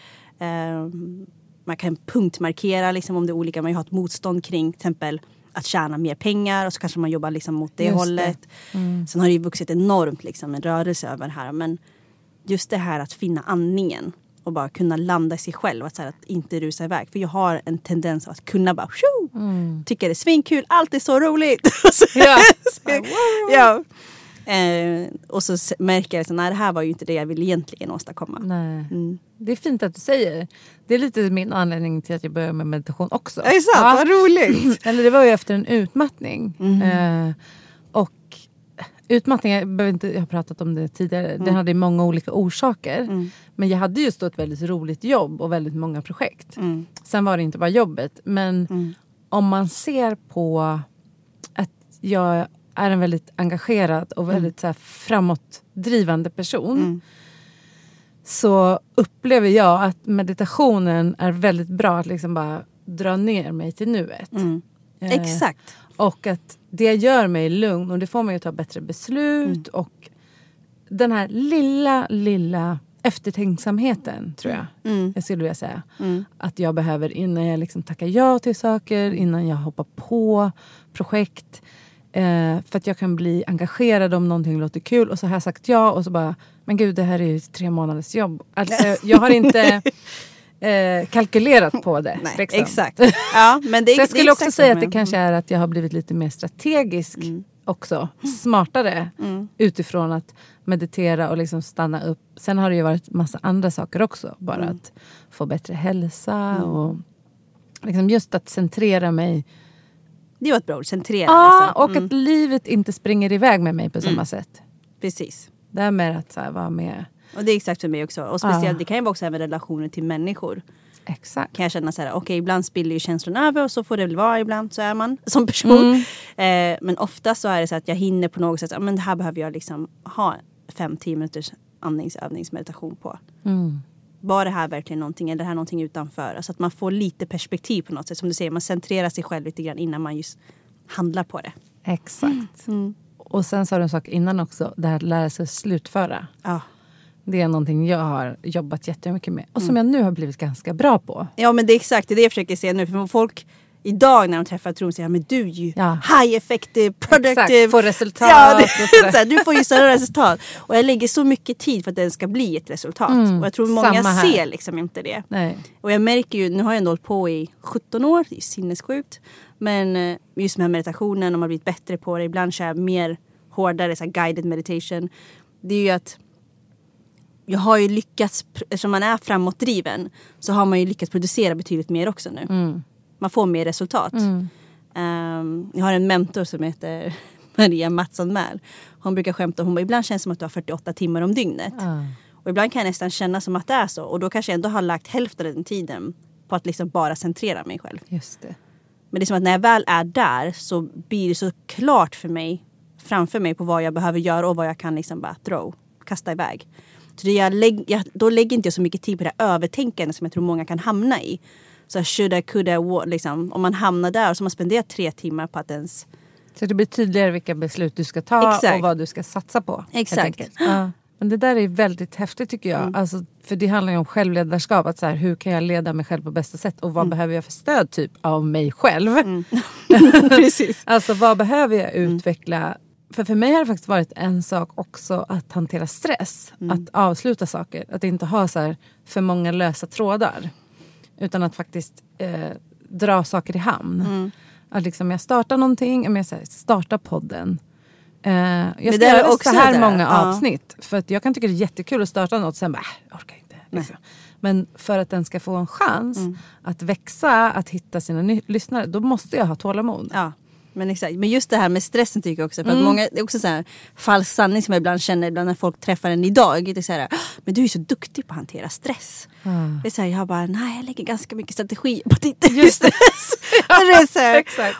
Man kan punktmarkera liksom, om det är olika, man har ett motstånd kring till exempel att tjäna mer pengar och så kanske man jobbar liksom mot det hållet. Sen har det ju vuxit enormt liksom, en rörelse över det här, men just det här att finna andningen och bara kunna landa i sig själv, att, så här, att inte rusa iväg, för jag har en tendens att kunna bara tycka det är svinkul, allt är så roligt. Ja. Och så märker jag att det här var ju inte det jag ville egentligen åstadkomma. Nej. Det är fint att du säger. Det är lite min anledning till att jag började med meditation också. Är det sant? Vad roligt. Eller det var ju efter en utmattning. Och utmattning, jag har pratat om det tidigare. Den hade många olika orsaker. Men jag hade just då ett väldigt roligt jobb och väldigt många projekt. Sen var det inte bara jobbet. Men om man ser på att jag är en väldigt engagerad och väldigt så här, framåtdrivande person. Så upplever jag att meditationen är väldigt bra att liksom bara dra ner mig till nuet. Exakt. Och att det gör mig lugn och det får mig att ta bättre beslut. Och den här lilla eftertänksamheten, tror jag. Jag skulle vilja säga. Att jag behöver, innan jag liksom tackar ja till saker, innan jag hoppar på projekt. För att jag kan bli engagerad om någonting låter kul. Och så har jag sagt ja och så bara, men gud, det här är ju 3 månaders jobb. Alltså, jag har inte kalkylerat på det. Nej, liksom. exakt. Ja, men det, så jag skulle det också säga att det kanske är att jag har blivit lite mer strategisk också. Smartare utifrån att meditera och liksom stanna upp. Sen har det ju varit massa andra saker också. Bara att få bättre hälsa och liksom just att centrera mig. Det var ett bra ord, centrera. Ja, liksom. och att livet inte springer iväg med mig på samma sätt. Precis. Det är med att så här, vara med. Och det är exakt för mig också. Och speciellt, det kan ju också ha med relationer till människor. Exakt. Kan jag känna så här, okej, ibland spiller ju känslan över och så får det väl vara, ibland så är man som person. Men ofta så är det så att jag hinner på något sätt, men det här behöver jag liksom ha 5-10 minuters andningsövningsmeditation på. Var det här verkligen någonting, eller det här någonting utanför? Alltså att man får lite perspektiv på något sätt. Som du säger, man centrerar sig själv lite grann innan man just handlar på det. Exakt. Och sen sa du en sak innan också, det här att lära sig slutföra. Ja. Det är någonting jag har jobbat jättemycket med. Och som jag nu har blivit ganska bra på. Ja, men det är exakt det jag försöker se nu. För folk idag när de träffar tror säger, men du är ju high effective, productive. Exakt, får resultat. Ja, så här, du får ju sådana resultat. Och jag lägger så mycket tid för att den ska bli ett resultat. Och jag tror många ser liksom inte det. Nej. Och jag märker ju, nu har jag ändå hållit på i 17 år, det är sinnessjukt. Men just med meditationen, om man blivit bättre på det. Ibland kör jag mer hårdare, så här guided meditation. Det är ju att jag har ju lyckats, eftersom man är framåtdriven, så har man ju lyckats producera betydligt mer också nu. Man får mer resultat. Jag har en mentor som heter Maria Mattsson-Mähl. Hon brukar skämta, hon bara, ibland känns det som att du har 48 timmar om dygnet. Och ibland kan jag nästan känna som att det är så. Och då kanske jag ändå har lagt hälften av den tiden på att liksom bara centrera mig själv. Just det. Men det är som att när jag väl är där så blir det så klart för mig, framför mig, på vad jag behöver göra och vad jag kan liksom bara kasta iväg. Så då lägger inte jag så mycket tid på det övertänkande som jag tror många kan hamna i. Så shoulda, coulda, liksom, om man hamnar där och så har man spenderat 3 timmar på att ens... Så det blir tydligare vilka beslut du ska ta och vad du ska satsa på. Exakt. Ja. Men det där är väldigt häftigt tycker jag. Alltså, för det handlar ju om självledarskap. Att så här, hur kan jag leda mig själv på bästa sätt? Och vad behöver jag för stöd typ av mig själv? Precis. Alltså vad behöver jag utveckla? För mig har det faktiskt varit en sak också att hantera stress. Att avsluta saker. Att inte ha så här för många lösa trådar. Utan att faktiskt dra saker i hamn. Att liksom jag startar någonting. Om jag startar podden. Jag ska göra så här många avsnitt. För att jag kan tycka det är jättekul att starta något. Sen bara, jag orkar inte. Liksom. Men för att den ska få en chans att växa. Att hitta sina lyssnare. Då måste jag ha tålamod. Ja. Men exakt. Men just det här med stressen tycker jag också. För att många, det är också så här falsk sanning som jag ibland känner ibland när folk träffar en idag. Det är så här, men du är så duktig på att hantera stress. Det är så här, jag bara, nej, jag lägger ganska mycket strategi på ditt stress. Det är så här, Exakt.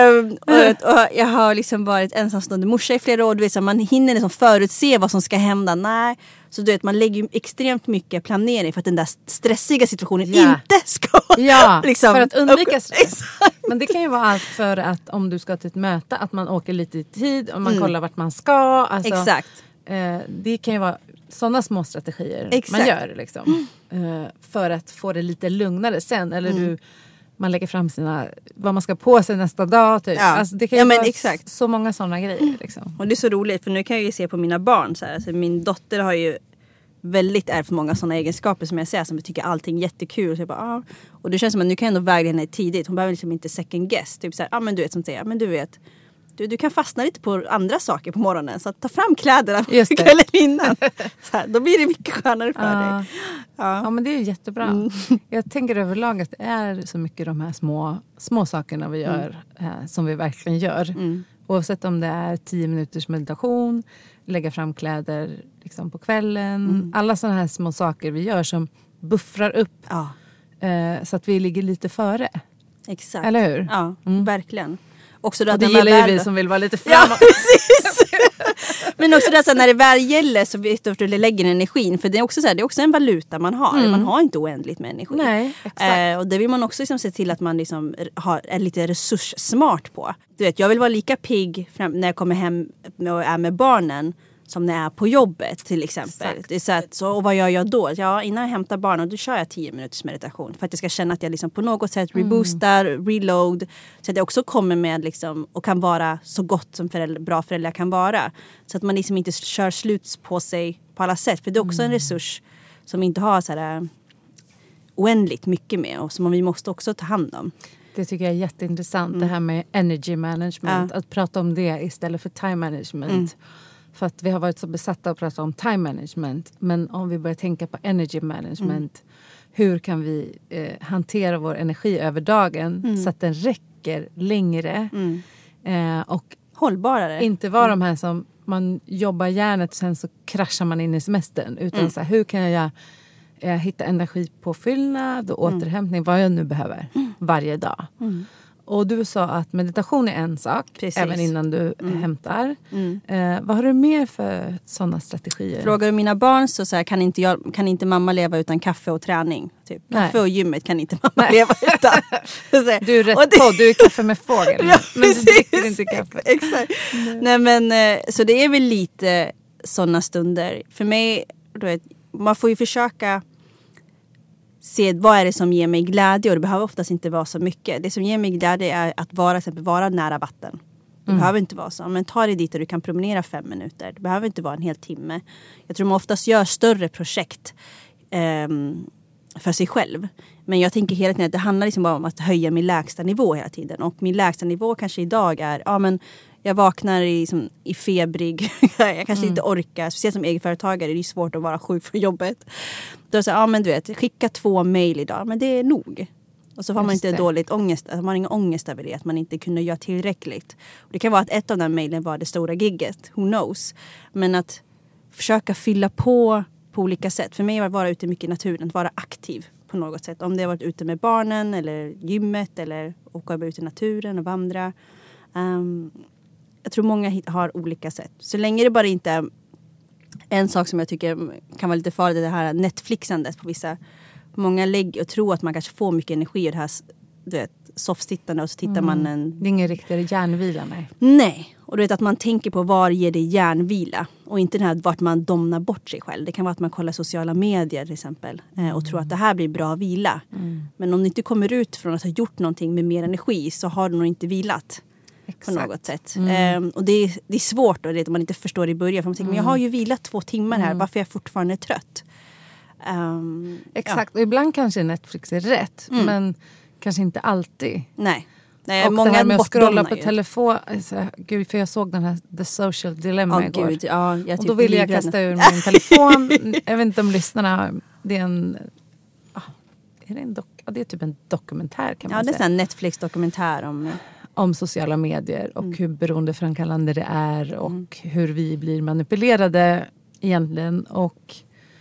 Och jag har liksom varit ensamstående morsa i flera år. Du vet, så man hinner liksom förutse vad som ska hända. Nej. Så du vet, man lägger ju extremt mycket planering för att den där stressiga situationen inte ska... Ja, liksom, för att undvika stress. Men det kan ju vara allt för att om du ska till ett möte, att man åker lite i tid och man kollar vart man ska. Alltså, exakt. Det kan ju vara sådana små strategier man gör. Liksom, för att få det lite lugnare sen. Eller man lägger fram vad man ska på sig nästa dag. Typ. Ja. Alltså, det kan ju vara så många sådana grejer. Liksom. Och det är så roligt, för nu kan jag ju se på mina barn. Så här. Alltså, min dotter har ju väldigt ärvt många sådana egenskaper som jag säger, som jag tycker allting jättekul. Så jag bara, och det känns som att nu kan jag ändå väga henne tidigt. Hon behöver liksom inte second guess. Typ så här, men du vet, som säger, men du vet, du kan fastna lite på andra saker på morgonen. Så att ta fram kläderna kvällen innan. Så här, då blir det mycket skönare för dig. Ja, men det är jättebra. Jag tänker överlag att det är så mycket de här små sakerna vi gör som vi verkligen gör. Oavsett om det är 10 minuters meditation, lägga fram kläder liksom på kvällen. Alla sådana här små saker vi gör som buffrar upp så att vi ligger lite före. Exakt. Eller hur? Ja, verkligen. Också och det gillar ju vi som vill vara lite framåt. Ja, precis. Men också det, så när det väl gäller så vet du att du lägger energin. För det är också, så här, det är också en valuta man har. Man har inte oändligt med energi. Nej, exakt. Och det vill man också liksom se till att man liksom är lite resurssmart på. Du vet, jag vill vara lika pigg när jag kommer hem och är med barnen som när jag är på jobbet till exempel. Exakt. Det är så, och vad gör jag då? Ja, innan jag hämtar barnen då kör jag 10 minuters meditation. För att jag ska känna att jag liksom på något sätt reboostar, reload. Så att jag också kommer med liksom, och kan vara så gott som bra förälder jag kan vara. Så att man liksom inte kör slut på sig på alla sätt. För det är också en resurs som inte har så här oändligt mycket med. Och som vi måste också ta hand om. Det tycker jag är jätteintressant. Det här med energy management. Att prata om det istället för time management. För att vi har varit så besatta att prata om time management. Men om vi börjar tänka på energy management. Hur kan vi hantera vår energi över dagen. Så att den räcker längre. Och hållbarare. Inte vara de här som man jobbar hjärnet och sen så kraschar man in i semestern. Utan så här, hur kan jag hitta energipåfyllnad och återhämtning. Vad jag nu behöver varje dag. Och du sa att meditation är en sak. Precis. Även innan du hämtar. Vad har du mer för sådana strategier? Frågar du mina barn så här, kan inte mamma leva utan kaffe och träning? Typ. Kaffe och gymmet kan inte mamma leva utan. Du är rätt på, du är kaffe med fågel. Ja, men du dricker inte kaffe. Exakt. Nej, men, så det är väl lite sådana stunder. För mig, du vet, man får ju försöka se vad är det som ger mig glädje. Och det behöver oftast inte vara så mycket. Det som ger mig glädje är att vara nära vatten. Det behöver inte vara så. Men ta dig dit och du kan promenera 5 minuter. Det behöver inte vara en hel timme. Jag tror man oftast gör större projekt för sig själv. Men jag tänker hela tiden att det handlar liksom bara om att höja min lägsta nivå hela tiden. Och min lägsta nivå kanske idag är... men jag vaknar i febrig. Jag kanske inte orkar. Speciellt som egenföretagare är det svårt att vara sjuk för jobbet. Då säger men du vet, skicka 2 mejl idag. Men det är nog. Och så har man inte dåligt ångest. Man har ingen ångest över det. Att man inte kunde göra tillräckligt. Och det kan vara att ett av de mejlen var det stora gigget. Who knows? Men att försöka fylla på olika sätt. För mig var att vara ute mycket i naturen. Att vara aktiv på något sätt. Om det har varit ute med barnen. Eller gymmet. Eller åka ut i naturen och vandra. Jag tror många har olika sätt. Så länge det bara inte är en sak som jag tycker kan vara lite farligt. Det här Netflixandet på vissa. Många lägger och tror att man kanske får mycket energi. Och det här, du vet, soffstittande och så tittar man en... Det är ingen riktig hjärnvila, nej. Nej. Och du vet att man tänker på var ger det hjärnvila. Och inte den här vart man domnar bort sig själv. Det kan vara att man kollar sociala medier till exempel. Och tror att det här blir bra vila. Men om du inte kommer ut från att ha gjort någonting med mer energi. Så har du nog inte vilat. Exakt. På något sätt. Och det är svårt då, det man inte förstår i början. För man tänker, men jag har ju vilat 2 timmar här. Varför är jag fortfarande trött? Exakt. Och ibland kanske Netflix är rätt. Men kanske inte alltid. Nej. Och många det här med att scrolla på telefon. Gud, för jag såg den här The Social Dilemma igår. Gud, ja, och då ville jag kasta ur min telefon. Jag vet inte om lyssnarna... Det är en... Är det en det är typ en dokumentär kan man säga. Ja, det är en Netflix-dokumentär om sociala medier och hur beroendeframkallande det är och hur vi blir manipulerade egentligen. Och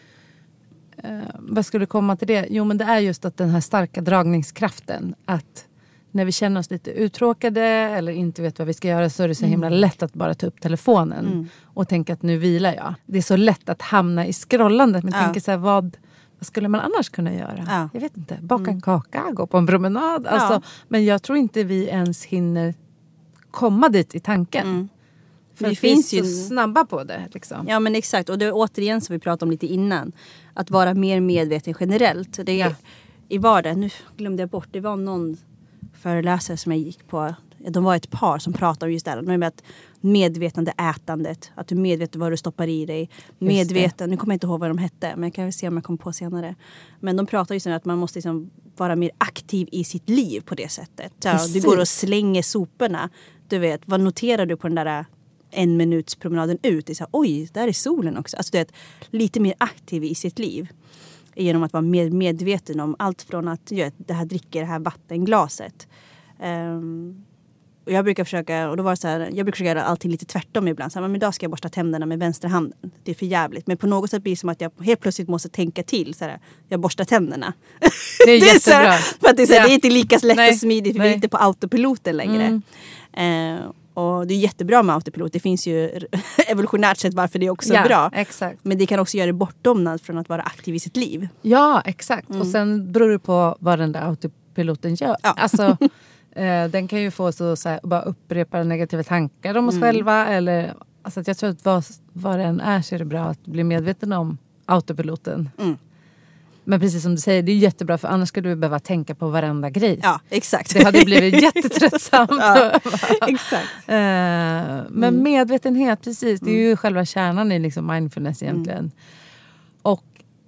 vad skulle komma till det? Jo, men det är just att den här starka dragningskraften, att när vi känner oss lite uttråkade eller inte vet vad vi ska göra så är det så himla lätt att bara ta upp telefonen och tänka att nu vilar jag. Det är så lätt att hamna i scrollandet, men tänker så här, vad skulle man annars kunna göra? Ja. Jag vet inte. Baka en kaka, gå på en promenad. Alltså, men jag tror inte vi ens hinner komma dit i tanken. För vi finns ju så snabba på det. Liksom. Ja, men exakt. Och det är återigen som vi pratade om lite innan. Att vara mer medveten generellt. Det är i vardagen. Nu glömde jag bort. Det var någon föreläsare som jag gick på. De var ett par som pratade om just det här. Med att medvetande ätandet. Att du är medveten vad du stoppar i dig. Medveten, nu kommer jag inte ihåg vad de hette. Men jag kan väl se om jag kommer på senare. Men de pratar just om att man måste liksom vara mer aktiv i sitt liv på det sättet. Ja, du går och slänger soporna. Du vet, vad noterar du på den där 1 minuts promenaden ut? Det är så här, oj, där är solen också. Alltså du vet, lite mer aktiv i sitt liv. Genom att vara mer medveten om allt från att dricka det här vattenglaset. Och jag brukar försöka, och då var det så här, jag brukar försöka göra allting lite tvärtom ibland. Så här, men idag ska jag borsta tänderna med vänster handen. Det är för jävligt. Men på något sätt blir det som att jag helt plötsligt måste tänka till. Så här, jag borstar tänderna. Det är jättebra. Så här, för att det är inte lika lätt och smidigt. Vi är inte på autopiloten längre. Och det är jättebra med autopilot. Det finns ju evolutionärt sett varför det är också bra. Exakt. Men det kan också göra det bortdomnad från att vara aktiv i sitt liv. Ja, exakt. Och sen beror det på vad den där autopiloten gör. Ja. Alltså, den kan ju få så här, bara upprepa negativa tankar om oss själva. Eller, alltså, jag tror att vad det än är så är det bra att bli medveten om autopiloten. Men precis som du säger, det är jättebra för annars skulle du behöva tänka på varenda grej. Ja, exakt. Det hade blivit jättetröttsamt. Ja, exakt. Men medvetenhet, precis. Det är ju själva kärnan i liksom mindfulness egentligen. Och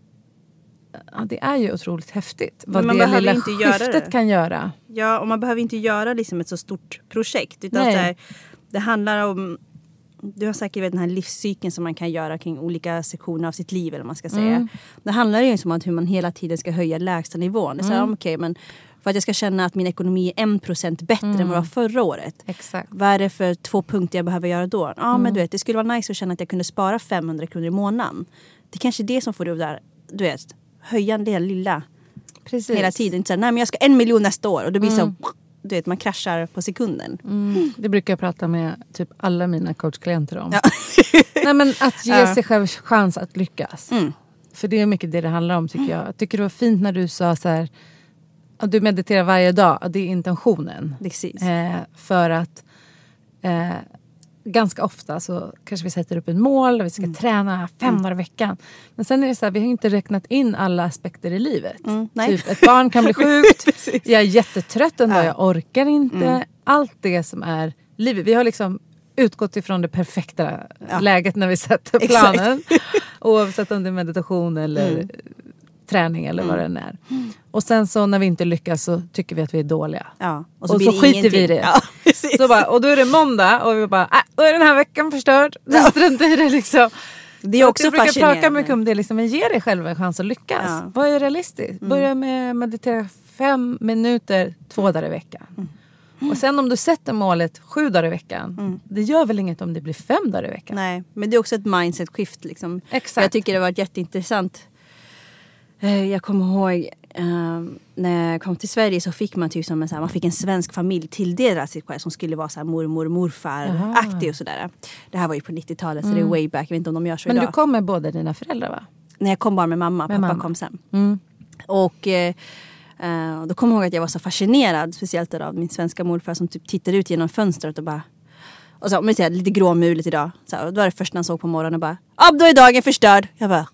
det är ju otroligt häftigt. Vad det lilla skiftet kan göra. Ja, och man behöver inte göra liksom ett så stort projekt. Utan så här, det handlar om... Du har säkert den här livscykeln som man kan göra kring olika sektioner av sitt liv, eller vad man ska säga. Det handlar ju om hur man hela tiden ska höja lägsta nivån. Det är så här, okej, men för att jag ska känna att min ekonomi är 1% bättre än vad det var förra året. Exakt. Vad är det för 2 punkter jag behöver göra då? Ja, men du vet, det skulle vara nice att känna att jag kunde spara 500 kronor i månaden. Det är kanske det som får du där, du vet, höja det lilla. Precis. Hela tiden. Inte så här, nej men jag ska 1 miljon nästa år. Och det blir så... Du vet, man kraschar på sekunden. Det brukar jag prata med typ alla mina coachklienter om. Ja. Nej, men att ge sig själv chans att lyckas. För det är mycket det handlar om, tycker jag. Jag tycker det var fint när du sa så här, att du mediterar varje dag. Att det är intentionen. Precis. För att ganska ofta så kanske vi sätter upp ett mål. Och vi ska träna 5 dagar i veckan. Men sen är det så här, vi har inte räknat in alla aspekter i livet. Typ ett barn kan bli sjukt. Jag är jättetrött en dag, jag orkar inte. Allt det som är livet. Vi har liksom utgått ifrån det perfekta läget när vi sätter planen. Oavsett om det är meditation eller träning eller vad det än är. Och sen så när vi inte lyckas så tycker vi att vi är dåliga. Ja. Och så skiter vi i det. Ja, så bara, och då är det måndag och vi bara, då är den här veckan förstörd. Du struntar i det liksom. Det är också fascinerande. Jag brukar prata mycket om det liksom, men ge dig själv en chans att lyckas. Ja. Vad är realistiskt? Börja med meditera 5 minuter 2 dagar i veckan. Och sen om du sätter målet 7 dagar i veckan, det gör väl inget om det blir 5 dagar i veckan. Nej, men det är också ett mindset-skift liksom. Exakt. Jag tycker det var jätteintressant. Jag kommer ihåg när jag kom till Sverige så fick man typ som en, så här, man fick en svensk familj tilldelad sig själv som skulle vara så här mormor och morfar-aktig och sådär. Det här var ju på 90-talet så det är way back, jag vet inte om de gör så men idag. Men du kom med båda dina föräldrar, va? Nej, jag kom bara med mamma, pappa kom sen. Och då kommer jag ihåg att jag var så fascinerad, speciellt av min svenska morfar som typ tittade ut genom fönstret och bara... Och så, om jag säger lite gråmuligt idag. Så, då var det först när han såg på morgonen och bara, då är dagen förstörd. Jag bara,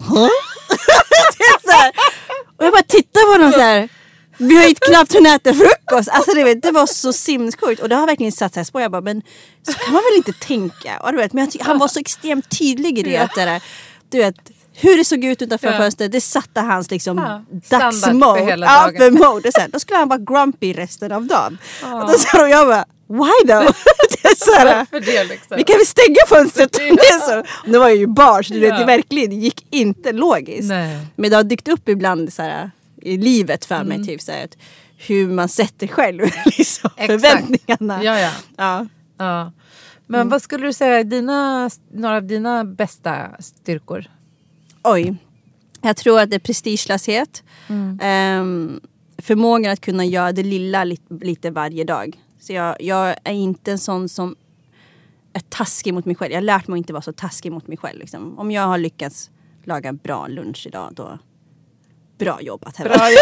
och jag bara tittar på dem så här. Vi har ju knappt hunnit äta frukost. Alltså det var så sinnessjukt. Och det har verkligen satt sig på. Jag bara, men så kan man väl inte tänka. Och du vet, men han var så extremt tydlig i det. Att det där, du vet, hur det såg ut utanför fönstret, det satte hans liksom dagsmode. För sen, då skulle han vara grumpy resten av dagen. Och då sa jag bara, why though? Varför det liksom? Vi kan väl stänga fönstret. Nu var jag ju barn så det verkligen gick inte logiskt. Nej. Men det har dykt upp ibland så här, i livet för mig typ så här, hur man sätter själv liksom, förväntningarna. Ja. Men vad skulle du säga är några av dina bästa styrkor? Oj. Jag tror att det är prestigelöshet. Förmågan att kunna göra det lilla lite varje dag. Så jag är inte en sån som är taskig mot mig själv. Jag har lärt mig att inte vara så taskig mot mig själv. Liksom. Om jag har lyckats laga en bra lunch idag, då bra jobbat.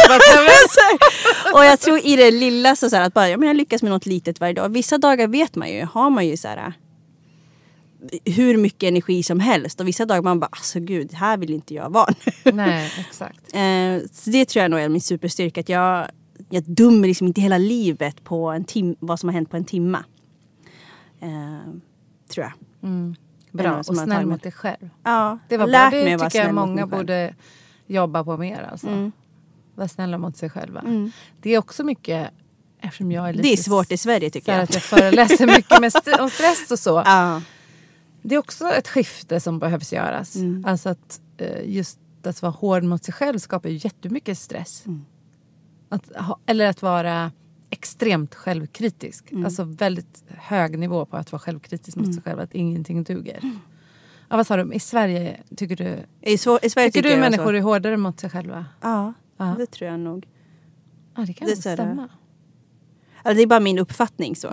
Och jag tror i det lilla så här, att bara, jag lyckas med något litet varje dag. Vissa dagar vet man ju, har man ju så här, hur mycket energi som helst. Och vissa dagar man bara, alltså gud, här vill inte jag vara nu. Nej, exakt. Så det tror jag nog är min superstyrka. Att jag dömer liksom inte hela livet på en vad som har hänt på en timma. Tror jag. Bra, och snäll mot dig själv. Ja, det var bra. Det tycker jag många borde jobba på mer. Alltså. Var snälla mot sig själva. Det är också mycket, eftersom jag är lite... Det är svårt i Sverige tycker jag. Att jag föreläser mycket om stress och så. Det är också ett skifte som behövs göras. Alltså att just att vara hård mot sig själv skapar ju jättemycket stress. Eller att vara extremt självkritisk. Alltså väldigt hög nivå på att vara självkritisk mot sig själv. Att ingenting duger. Ja, vad sa du? I Sverige tycker du... I Sverige tycker du människor är hårdare mot sig själva? Ja, det tror jag nog. Ja, det kan nog stämma. Alltså, det är bara min uppfattning så.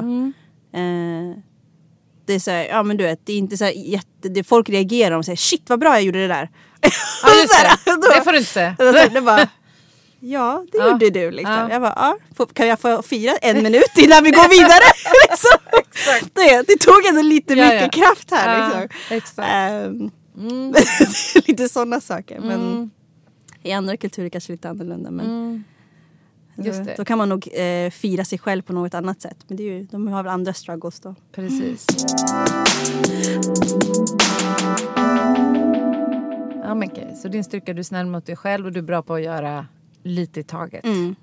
Det är så här, ja men du vet, det är inte så här folk reagerar och säger shit vad bra jag gjorde det där. Ja, just det. Det får du inte säga. Det bara, ja, det gjorde du liksom. Jag bara, kan jag få fira 1 minut innan vi går vidare? Liksom. Exakt. det tog ändå lite mycket kraft här. Liksom. Exakt. Lite sådana saker. Men i andra kulturer kanske lite annorlunda. Men just det. Då kan man nog fira sig själv på något annat sätt. Men det är ju, de har väl andra struggles då. Precis. Ja, men okej. Så din styrka, du är snäll mot dig själv och du är bra på att göra lite i taget.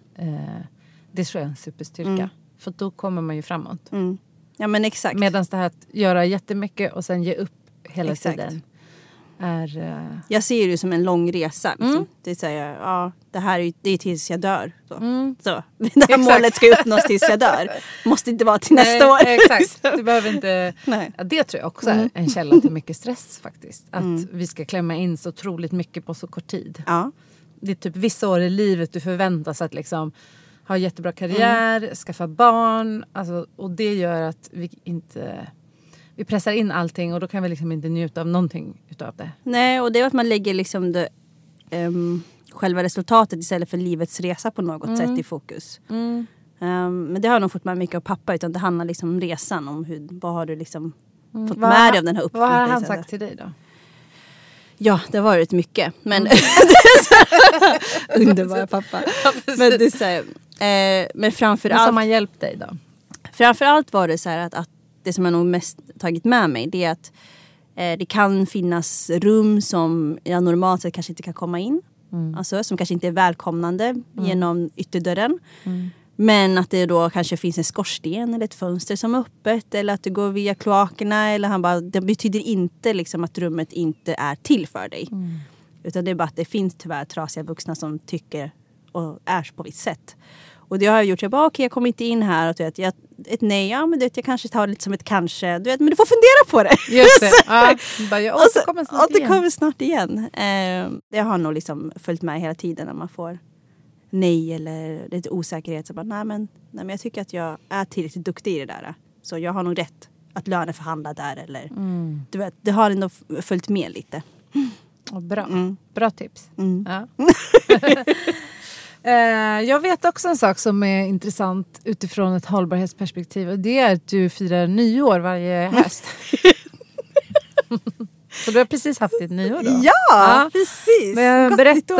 Det tror jag är en superstyrka. För då kommer man ju framåt. Ja, men exakt. Medan det här att göra jättemycket och sen ge upp hela tiden är... Jag ser det som en lång resa. Liksom. Det säger det här är tills jag dör. Så. Det här målet ska uppnås tills jag dör. Måste inte vara till nästa år. Exakt. Du behöver inte... Ja, det tror jag också är en källa till mycket stress faktiskt. Att vi ska klämma in så otroligt mycket på så kort tid. Ja. Det är typ vissa år i livet du förväntas att liksom ha jättebra karriär, skaffa barn. Alltså, och det gör att vi pressar in allting och då kan vi liksom inte njuta av någonting utav det. Nej, och det är att man lägger liksom själva resultatet istället för livets resa på något sätt i fokus. Men det har jag nog fått med mycket av pappa, utan det handlar liksom om resan, om vad har du liksom fått med dig av den här uppföljningen. Vad har han sagt till dig då? Ja, det har varit mycket. Men underbara pappa. Men det är så här, men framförallt... Som har hjälpt dig då? Framförallt var det så här att det som jag nog mest tagit med mig, det är att det kan finnas rum som jag normalt sett kanske inte kan komma in. Alltså, som kanske inte är välkomnande genom ytterdörren. Men att det då kanske finns en skorsten eller ett fönster som är öppet. Eller att du går via kloakerna. Eller han bara, det betyder inte liksom att rummet inte är till för dig. Utan det är bara att det finns tyvärr trasiga vuxna som tycker och är på visst sätt. Och det har jag gjort. Jag bara, jag kommer inte in här. Och vet, ett nej, men jag kanske tar det lite som ett kanske. Men du får fundera på det. Just det. Jag återkommer snart igen. Det har nog liksom följt med hela tiden när man får nej eller lite osäkerhet. Så bara, nej, men jag tycker att jag är tillräckligt duktig i det där. Så jag har nog rätt att löneförhandla där. Eller, du vet, det har ändå följt med lite. Bra. Bra tips. Ja. Jag vet också en sak som är intressant utifrån ett hållbarhetsperspektiv. Och det är att du firar nyår varje höst. Så du har precis haft ditt nyår då? Ja, precis. Men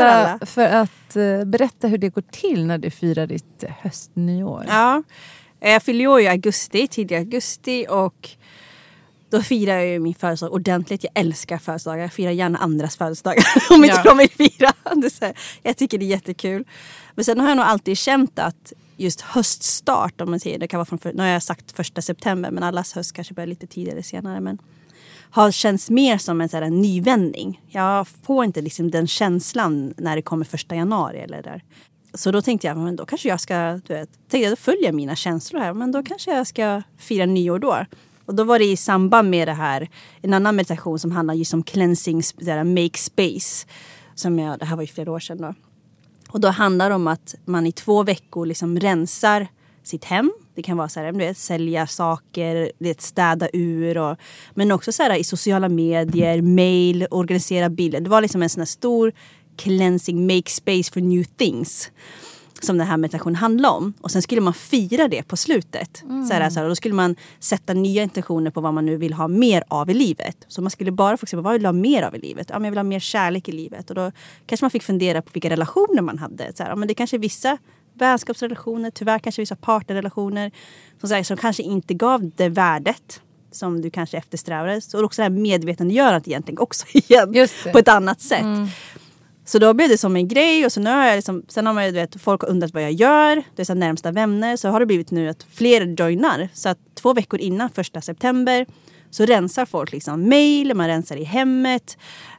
berätta hur det går till när du firar ditt höstnyår. Ja, jag fyller år i tidig augusti och då firar jag min födelsedag ordentligt. Jag älskar födelsedagar. Jag firar gärna andras födelsedagar om inte de vill fira. Jag tycker det är jättekul. Men sen har jag nog alltid känt att just höststart, om man säger, det kan vara nu har jag sagt 1 september, men allas höst kanske börjar lite tidigare senare, men har känts mer som en nyvändning. Jag får inte liksom den känslan när det kommer 1 januari eller där. Så då tänkte jag, men då kanske jag ska, då följer mina känslor här, men då kanske jag ska fira nyår då. Och då var det i samband med det här en annan meditation som handlar just om cleansing, make space. Det här var ju flera år sedan då. Och då handlar det om att man i 2 veckor liksom rensar sitt hem. Det kan vara så här, sälja saker, städa ur. Men också så här, i sociala medier, mail, organisera bilder. Det var liksom en sån här stor cleansing, make space for new things. Som den här meditationen handlar om. Och sen skulle man fira det på slutet. Och då skulle man sätta nya intentioner på vad man nu vill ha mer av i livet. Så man skulle bara fokusera på vad vill jag ha mer av i livet. Ja, men jag vill ha mer kärlek i livet. Och då kanske man fick fundera på vilka relationer man hade. Men det kanske är vissa vänskapsrelationer. Tyvärr kanske vissa partnerrelationer. Som kanske inte gav det värdet som du kanske eftersträvade. Så också det här medvetandegörandet egentligen också igen. På ett annat sätt. Så då blev det som en grej och så nu har jag sen har man folk har undrat vad jag gör. Det är så närmsta vänner, så har det blivit nu att fler joinar. Så att 2 veckor innan 1 september så rensar folk liksom mail, man rensar i hemmet.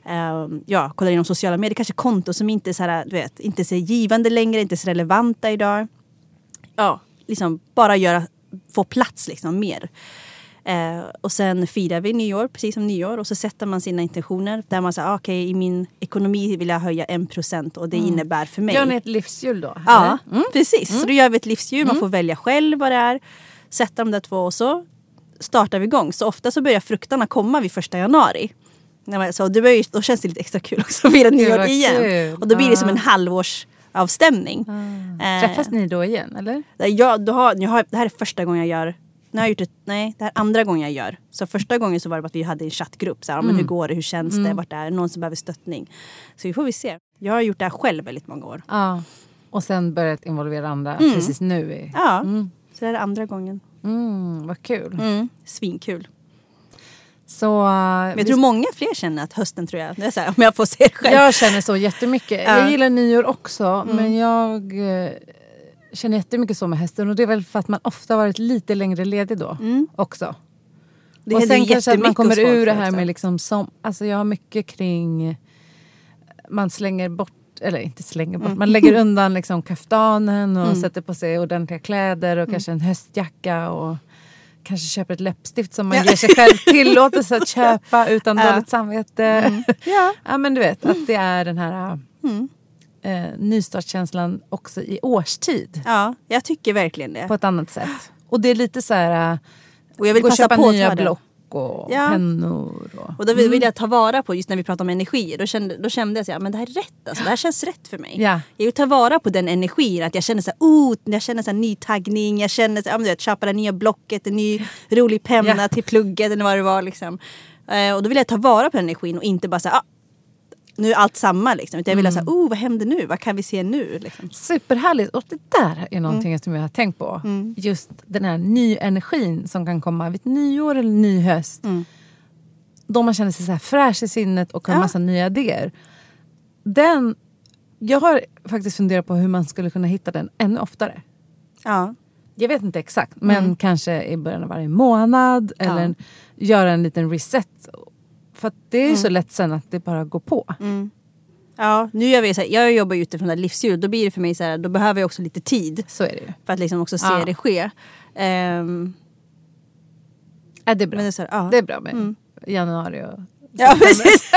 Kollar inom sociala medier, kanske konton som inte är så här, inte är så givande längre, inte är så relevanta idag. Ja, liksom bara få plats liksom mer. Och sen firar vi nyår, precis som nyår. Och så sätter man sina intentioner. Där man säger, okej, i min ekonomi vill jag höja 1%. Och det innebär för mig. Gör ni ett livshjul då? Ja, precis. Så då gör vi ett livshjul. Man får välja själv vad det är. Sätta de där 2 och så startar vi igång. Så ofta så börjar fruktarna komma vid 1 januari. Så då känns det lite extra kul också att fira nyår igen. Kul. Och då blir det som en halvårsavstämning. Träffas ni då igen, eller? Det här är första gången jag gör Nu har jag gjort det här andra gången jag gör. Så första gången så var det att vi hade en chattgrupp. Så här, men hur går det? Hur känns det? Vart är det? Någon som behöver stöttning? Så vi får se. Jag har gjort det här själv väldigt många år. Ja. Och sen börjat involvera andra precis nu. Ja, så det är andra gången. Vad kul. Svinkul. Så, men jag tror många fler känner att hösten tror jag. Det är så här, om jag får se det själv. Jag känner så jättemycket. Jag gillar nyår också. Men jag känner jättemycket så med hösten. Och det är väl för att man ofta varit lite längre ledig då också. Det och sen kanske att man kommer ur det här också. med liksom alltså jag har mycket kring man slänger bort, eller inte slänger bort, man lägger undan liksom kaftanen och sätter på sig ordentliga kläder och kanske en höstjacka och kanske köper ett läppstift som man ger sig själv tillåtelse att köpa utan dåligt samvete. Ja, men du vet att det är den här nystartskänslan också i årstid. Ja, jag tycker verkligen det. På ett annat sätt. Och det är lite så här och jag vill gå och passa köpa på nya block och pennor. Och då vill jag ta vara på, just när vi pratar om energi, då kände jag så här, men det här är rätt, alltså, det här känns rätt för mig. Ja. Jag vill ta vara på den energin, att jag känner så här, jag känner så här nytaggning, jag känner så här, du vet, köpa det nya blocket, en ny rolig penna till plugget eller vad det var liksom. Och då vill jag ta vara på energin och inte bara så här, nu är allt samma liksom. Utan jag vill säga, vad händer nu? Vad kan vi se nu? Liksom. Superhärligt. Och det där är någonting som jag har tänkt på. Just den här ny energin som kan komma vid nyår eller ny höst. Då man känner sig så här fräsch i sinnet och har en massa nya idéer. Jag har faktiskt funderat på hur man skulle kunna hitta den ännu oftare. Ja. Jag vet inte exakt. Men kanske i början av varje månad. Eller göra en liten reset. För att det är ju så lätt sen att det bara går på. Ja, nu gör vi så här, jag jobbar utifrån det livsljud. Då blir det för mig så här, då behöver jag också lite tid. Så är det ju. För att liksom också se det ske. Det är bra. Men det är så här, det är bra med januari och... Ja, precis.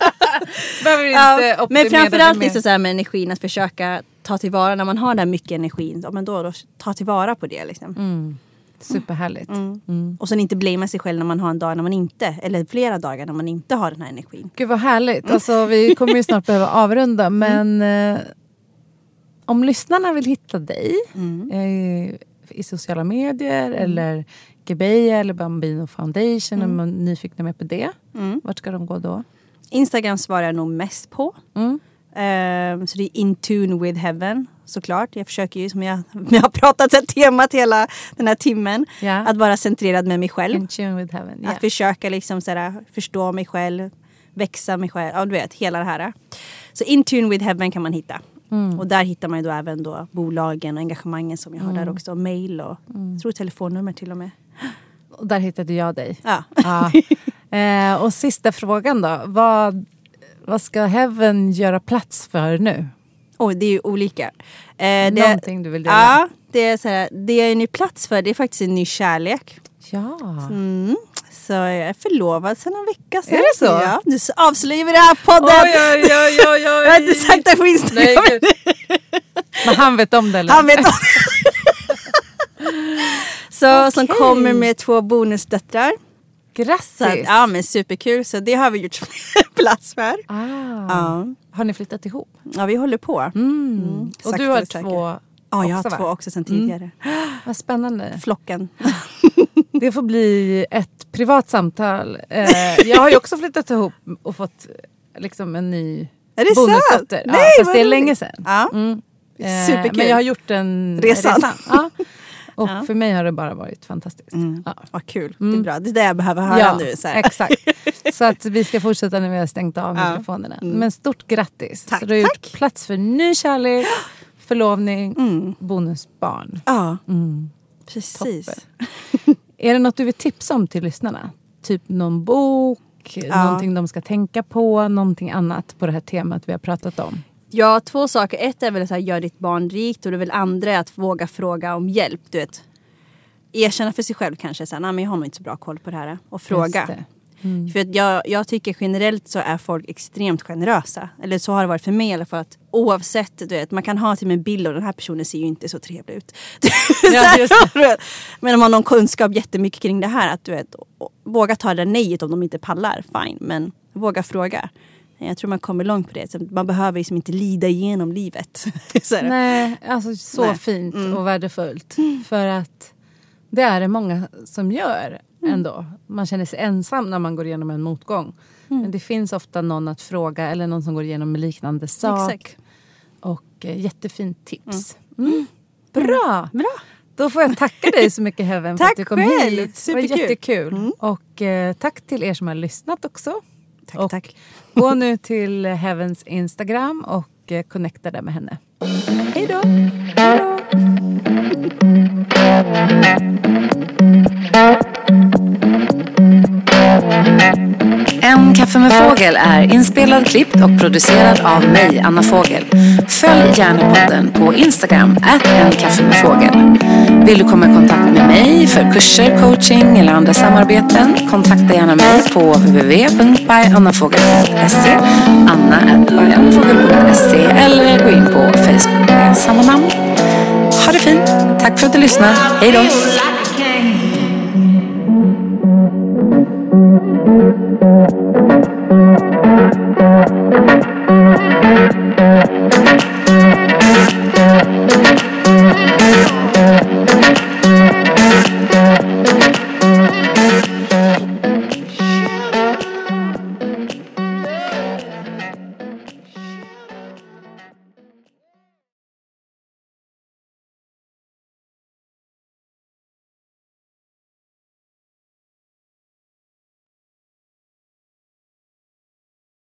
Inte men framförallt liksom så här med energin, att försöka ta tillvara när man har den mycket energin. Men då ta tillvara på det liksom. Superhärligt. Och sen inte blamea sig själv när man har en dag när man inte, eller flera dagar när man inte har den här energin. Gud vad härligt. Alltså, vi kommer ju snart behöva avrunda. Men om lyssnarna vill hitta dig i sociala medier eller Gebeja eller Bambino Foundation, om man är nyfikna med på det. Vart ska de gå då? Instagram svarar jag nog mest på. Så det är In Tune with Heaven, såklart. Jag försöker ju, som jag har pratat ett temat hela den här timmen, att vara centrerad med mig själv. In Tune with Heaven, Att försöka liksom sådär, förstå mig själv, växa mig själv. Ja, du vet, hela det här. Så In Tune with Heaven kan man hitta. Och där hittar man ju då även då bolagen och engagemangen som jag har där också. Mail och jag tror telefonnummer till och med. Och där hittade jag dig. Ja. Och sista frågan då. Vad ska Heaven göra plats för nu? Det är ju olika. Någonting du vill dela? Ja, det är så här, det är en ny plats för. Det är faktiskt en ny kärlek. Ja. Så jag är förlovad sedan en vecka sedan. Är det så? Ja, nu avslöjar vi det här podden. Oj. Jag har inte sagt det på Instagram. Nej, men han vet om det eller? Han vet om det. Så som kommer med 2 bonusdöttrar. Grattis. Ja, men superkul. Så det har vi gjort plats för. Har ni flyttat ihop? Ja, vi håller på. Och du har 2? Ja, jag har 2 också sedan tidigare. Vad spännande. Flocken. Det får bli ett privat samtal. Jag har ju också flyttat ihop och fått liksom en ny bonusdotter. Ja, fast det är länge sedan. Ja. Superkul. Men jag har gjort en resan. Ja. Och för mig har det bara varit fantastiskt. Vad kul. Det är bra. Det är det jag behöver höra nu. Så här. Exakt. Så att vi ska fortsätta när vi har stängt av mikrofonerna. Men stort grattis. Tack, så du har gjort plats för ny kärlek, förlovning, bonusbarn. Ja, precis. Är det något du vill tipsa om till lyssnarna? Typ någon bok, någonting de ska tänka på, någonting annat på det här temat vi har pratat om? Ja, 2 saker. Ett är väl att gör ditt barn rikt, och det är väl andra att våga fråga om hjälp. Du vet, erkänna för sig själv kanske. Så här, nej, men jag har nog inte så bra koll på det här. Och fråga. För att jag tycker generellt så är folk extremt generösa. Eller så har det varit för mig i alla fall. Att oavsett, du vet, man kan ha till en bild och den här personen ser ju inte så trevlig ut. Men om man har någon kunskap jättemycket kring det här. Att du vet, våga ta det nejet om de inte pallar. Fine, men våga fråga. Jag tror man kommer långt på det. Så man behöver liksom inte lida igenom livet. Nej, alltså så fint och värdefullt. För att Det är det många som gör ändå. Man känner sig ensam när man går igenom en motgång. Men det finns ofta någon att fråga eller någon som går igenom en liknande sak. Exakt. Och jättefint tips. Bra! Då får jag tacka dig så mycket, Heaven, för att du kom hit. Det var jättekul. Och tack till er som har lyssnat också. Tack. Gå nu till Heavens Instagram och connecta där med henne. Hej då! En kaffe med fågel är inspelad, klippt och producerad av mig, Anna Fågel. Följ gärna podden på Instagram @enkaffemedfågel. Vill du komma i kontakt med mig för kurser, coaching eller andra samarbeten? Kontakta gärna mig på www.byannafogel.se, anna@byannafogel.se eller gå in på Facebook med samma namn. Ha det fint. Tack för att du lyssnar. Hej då!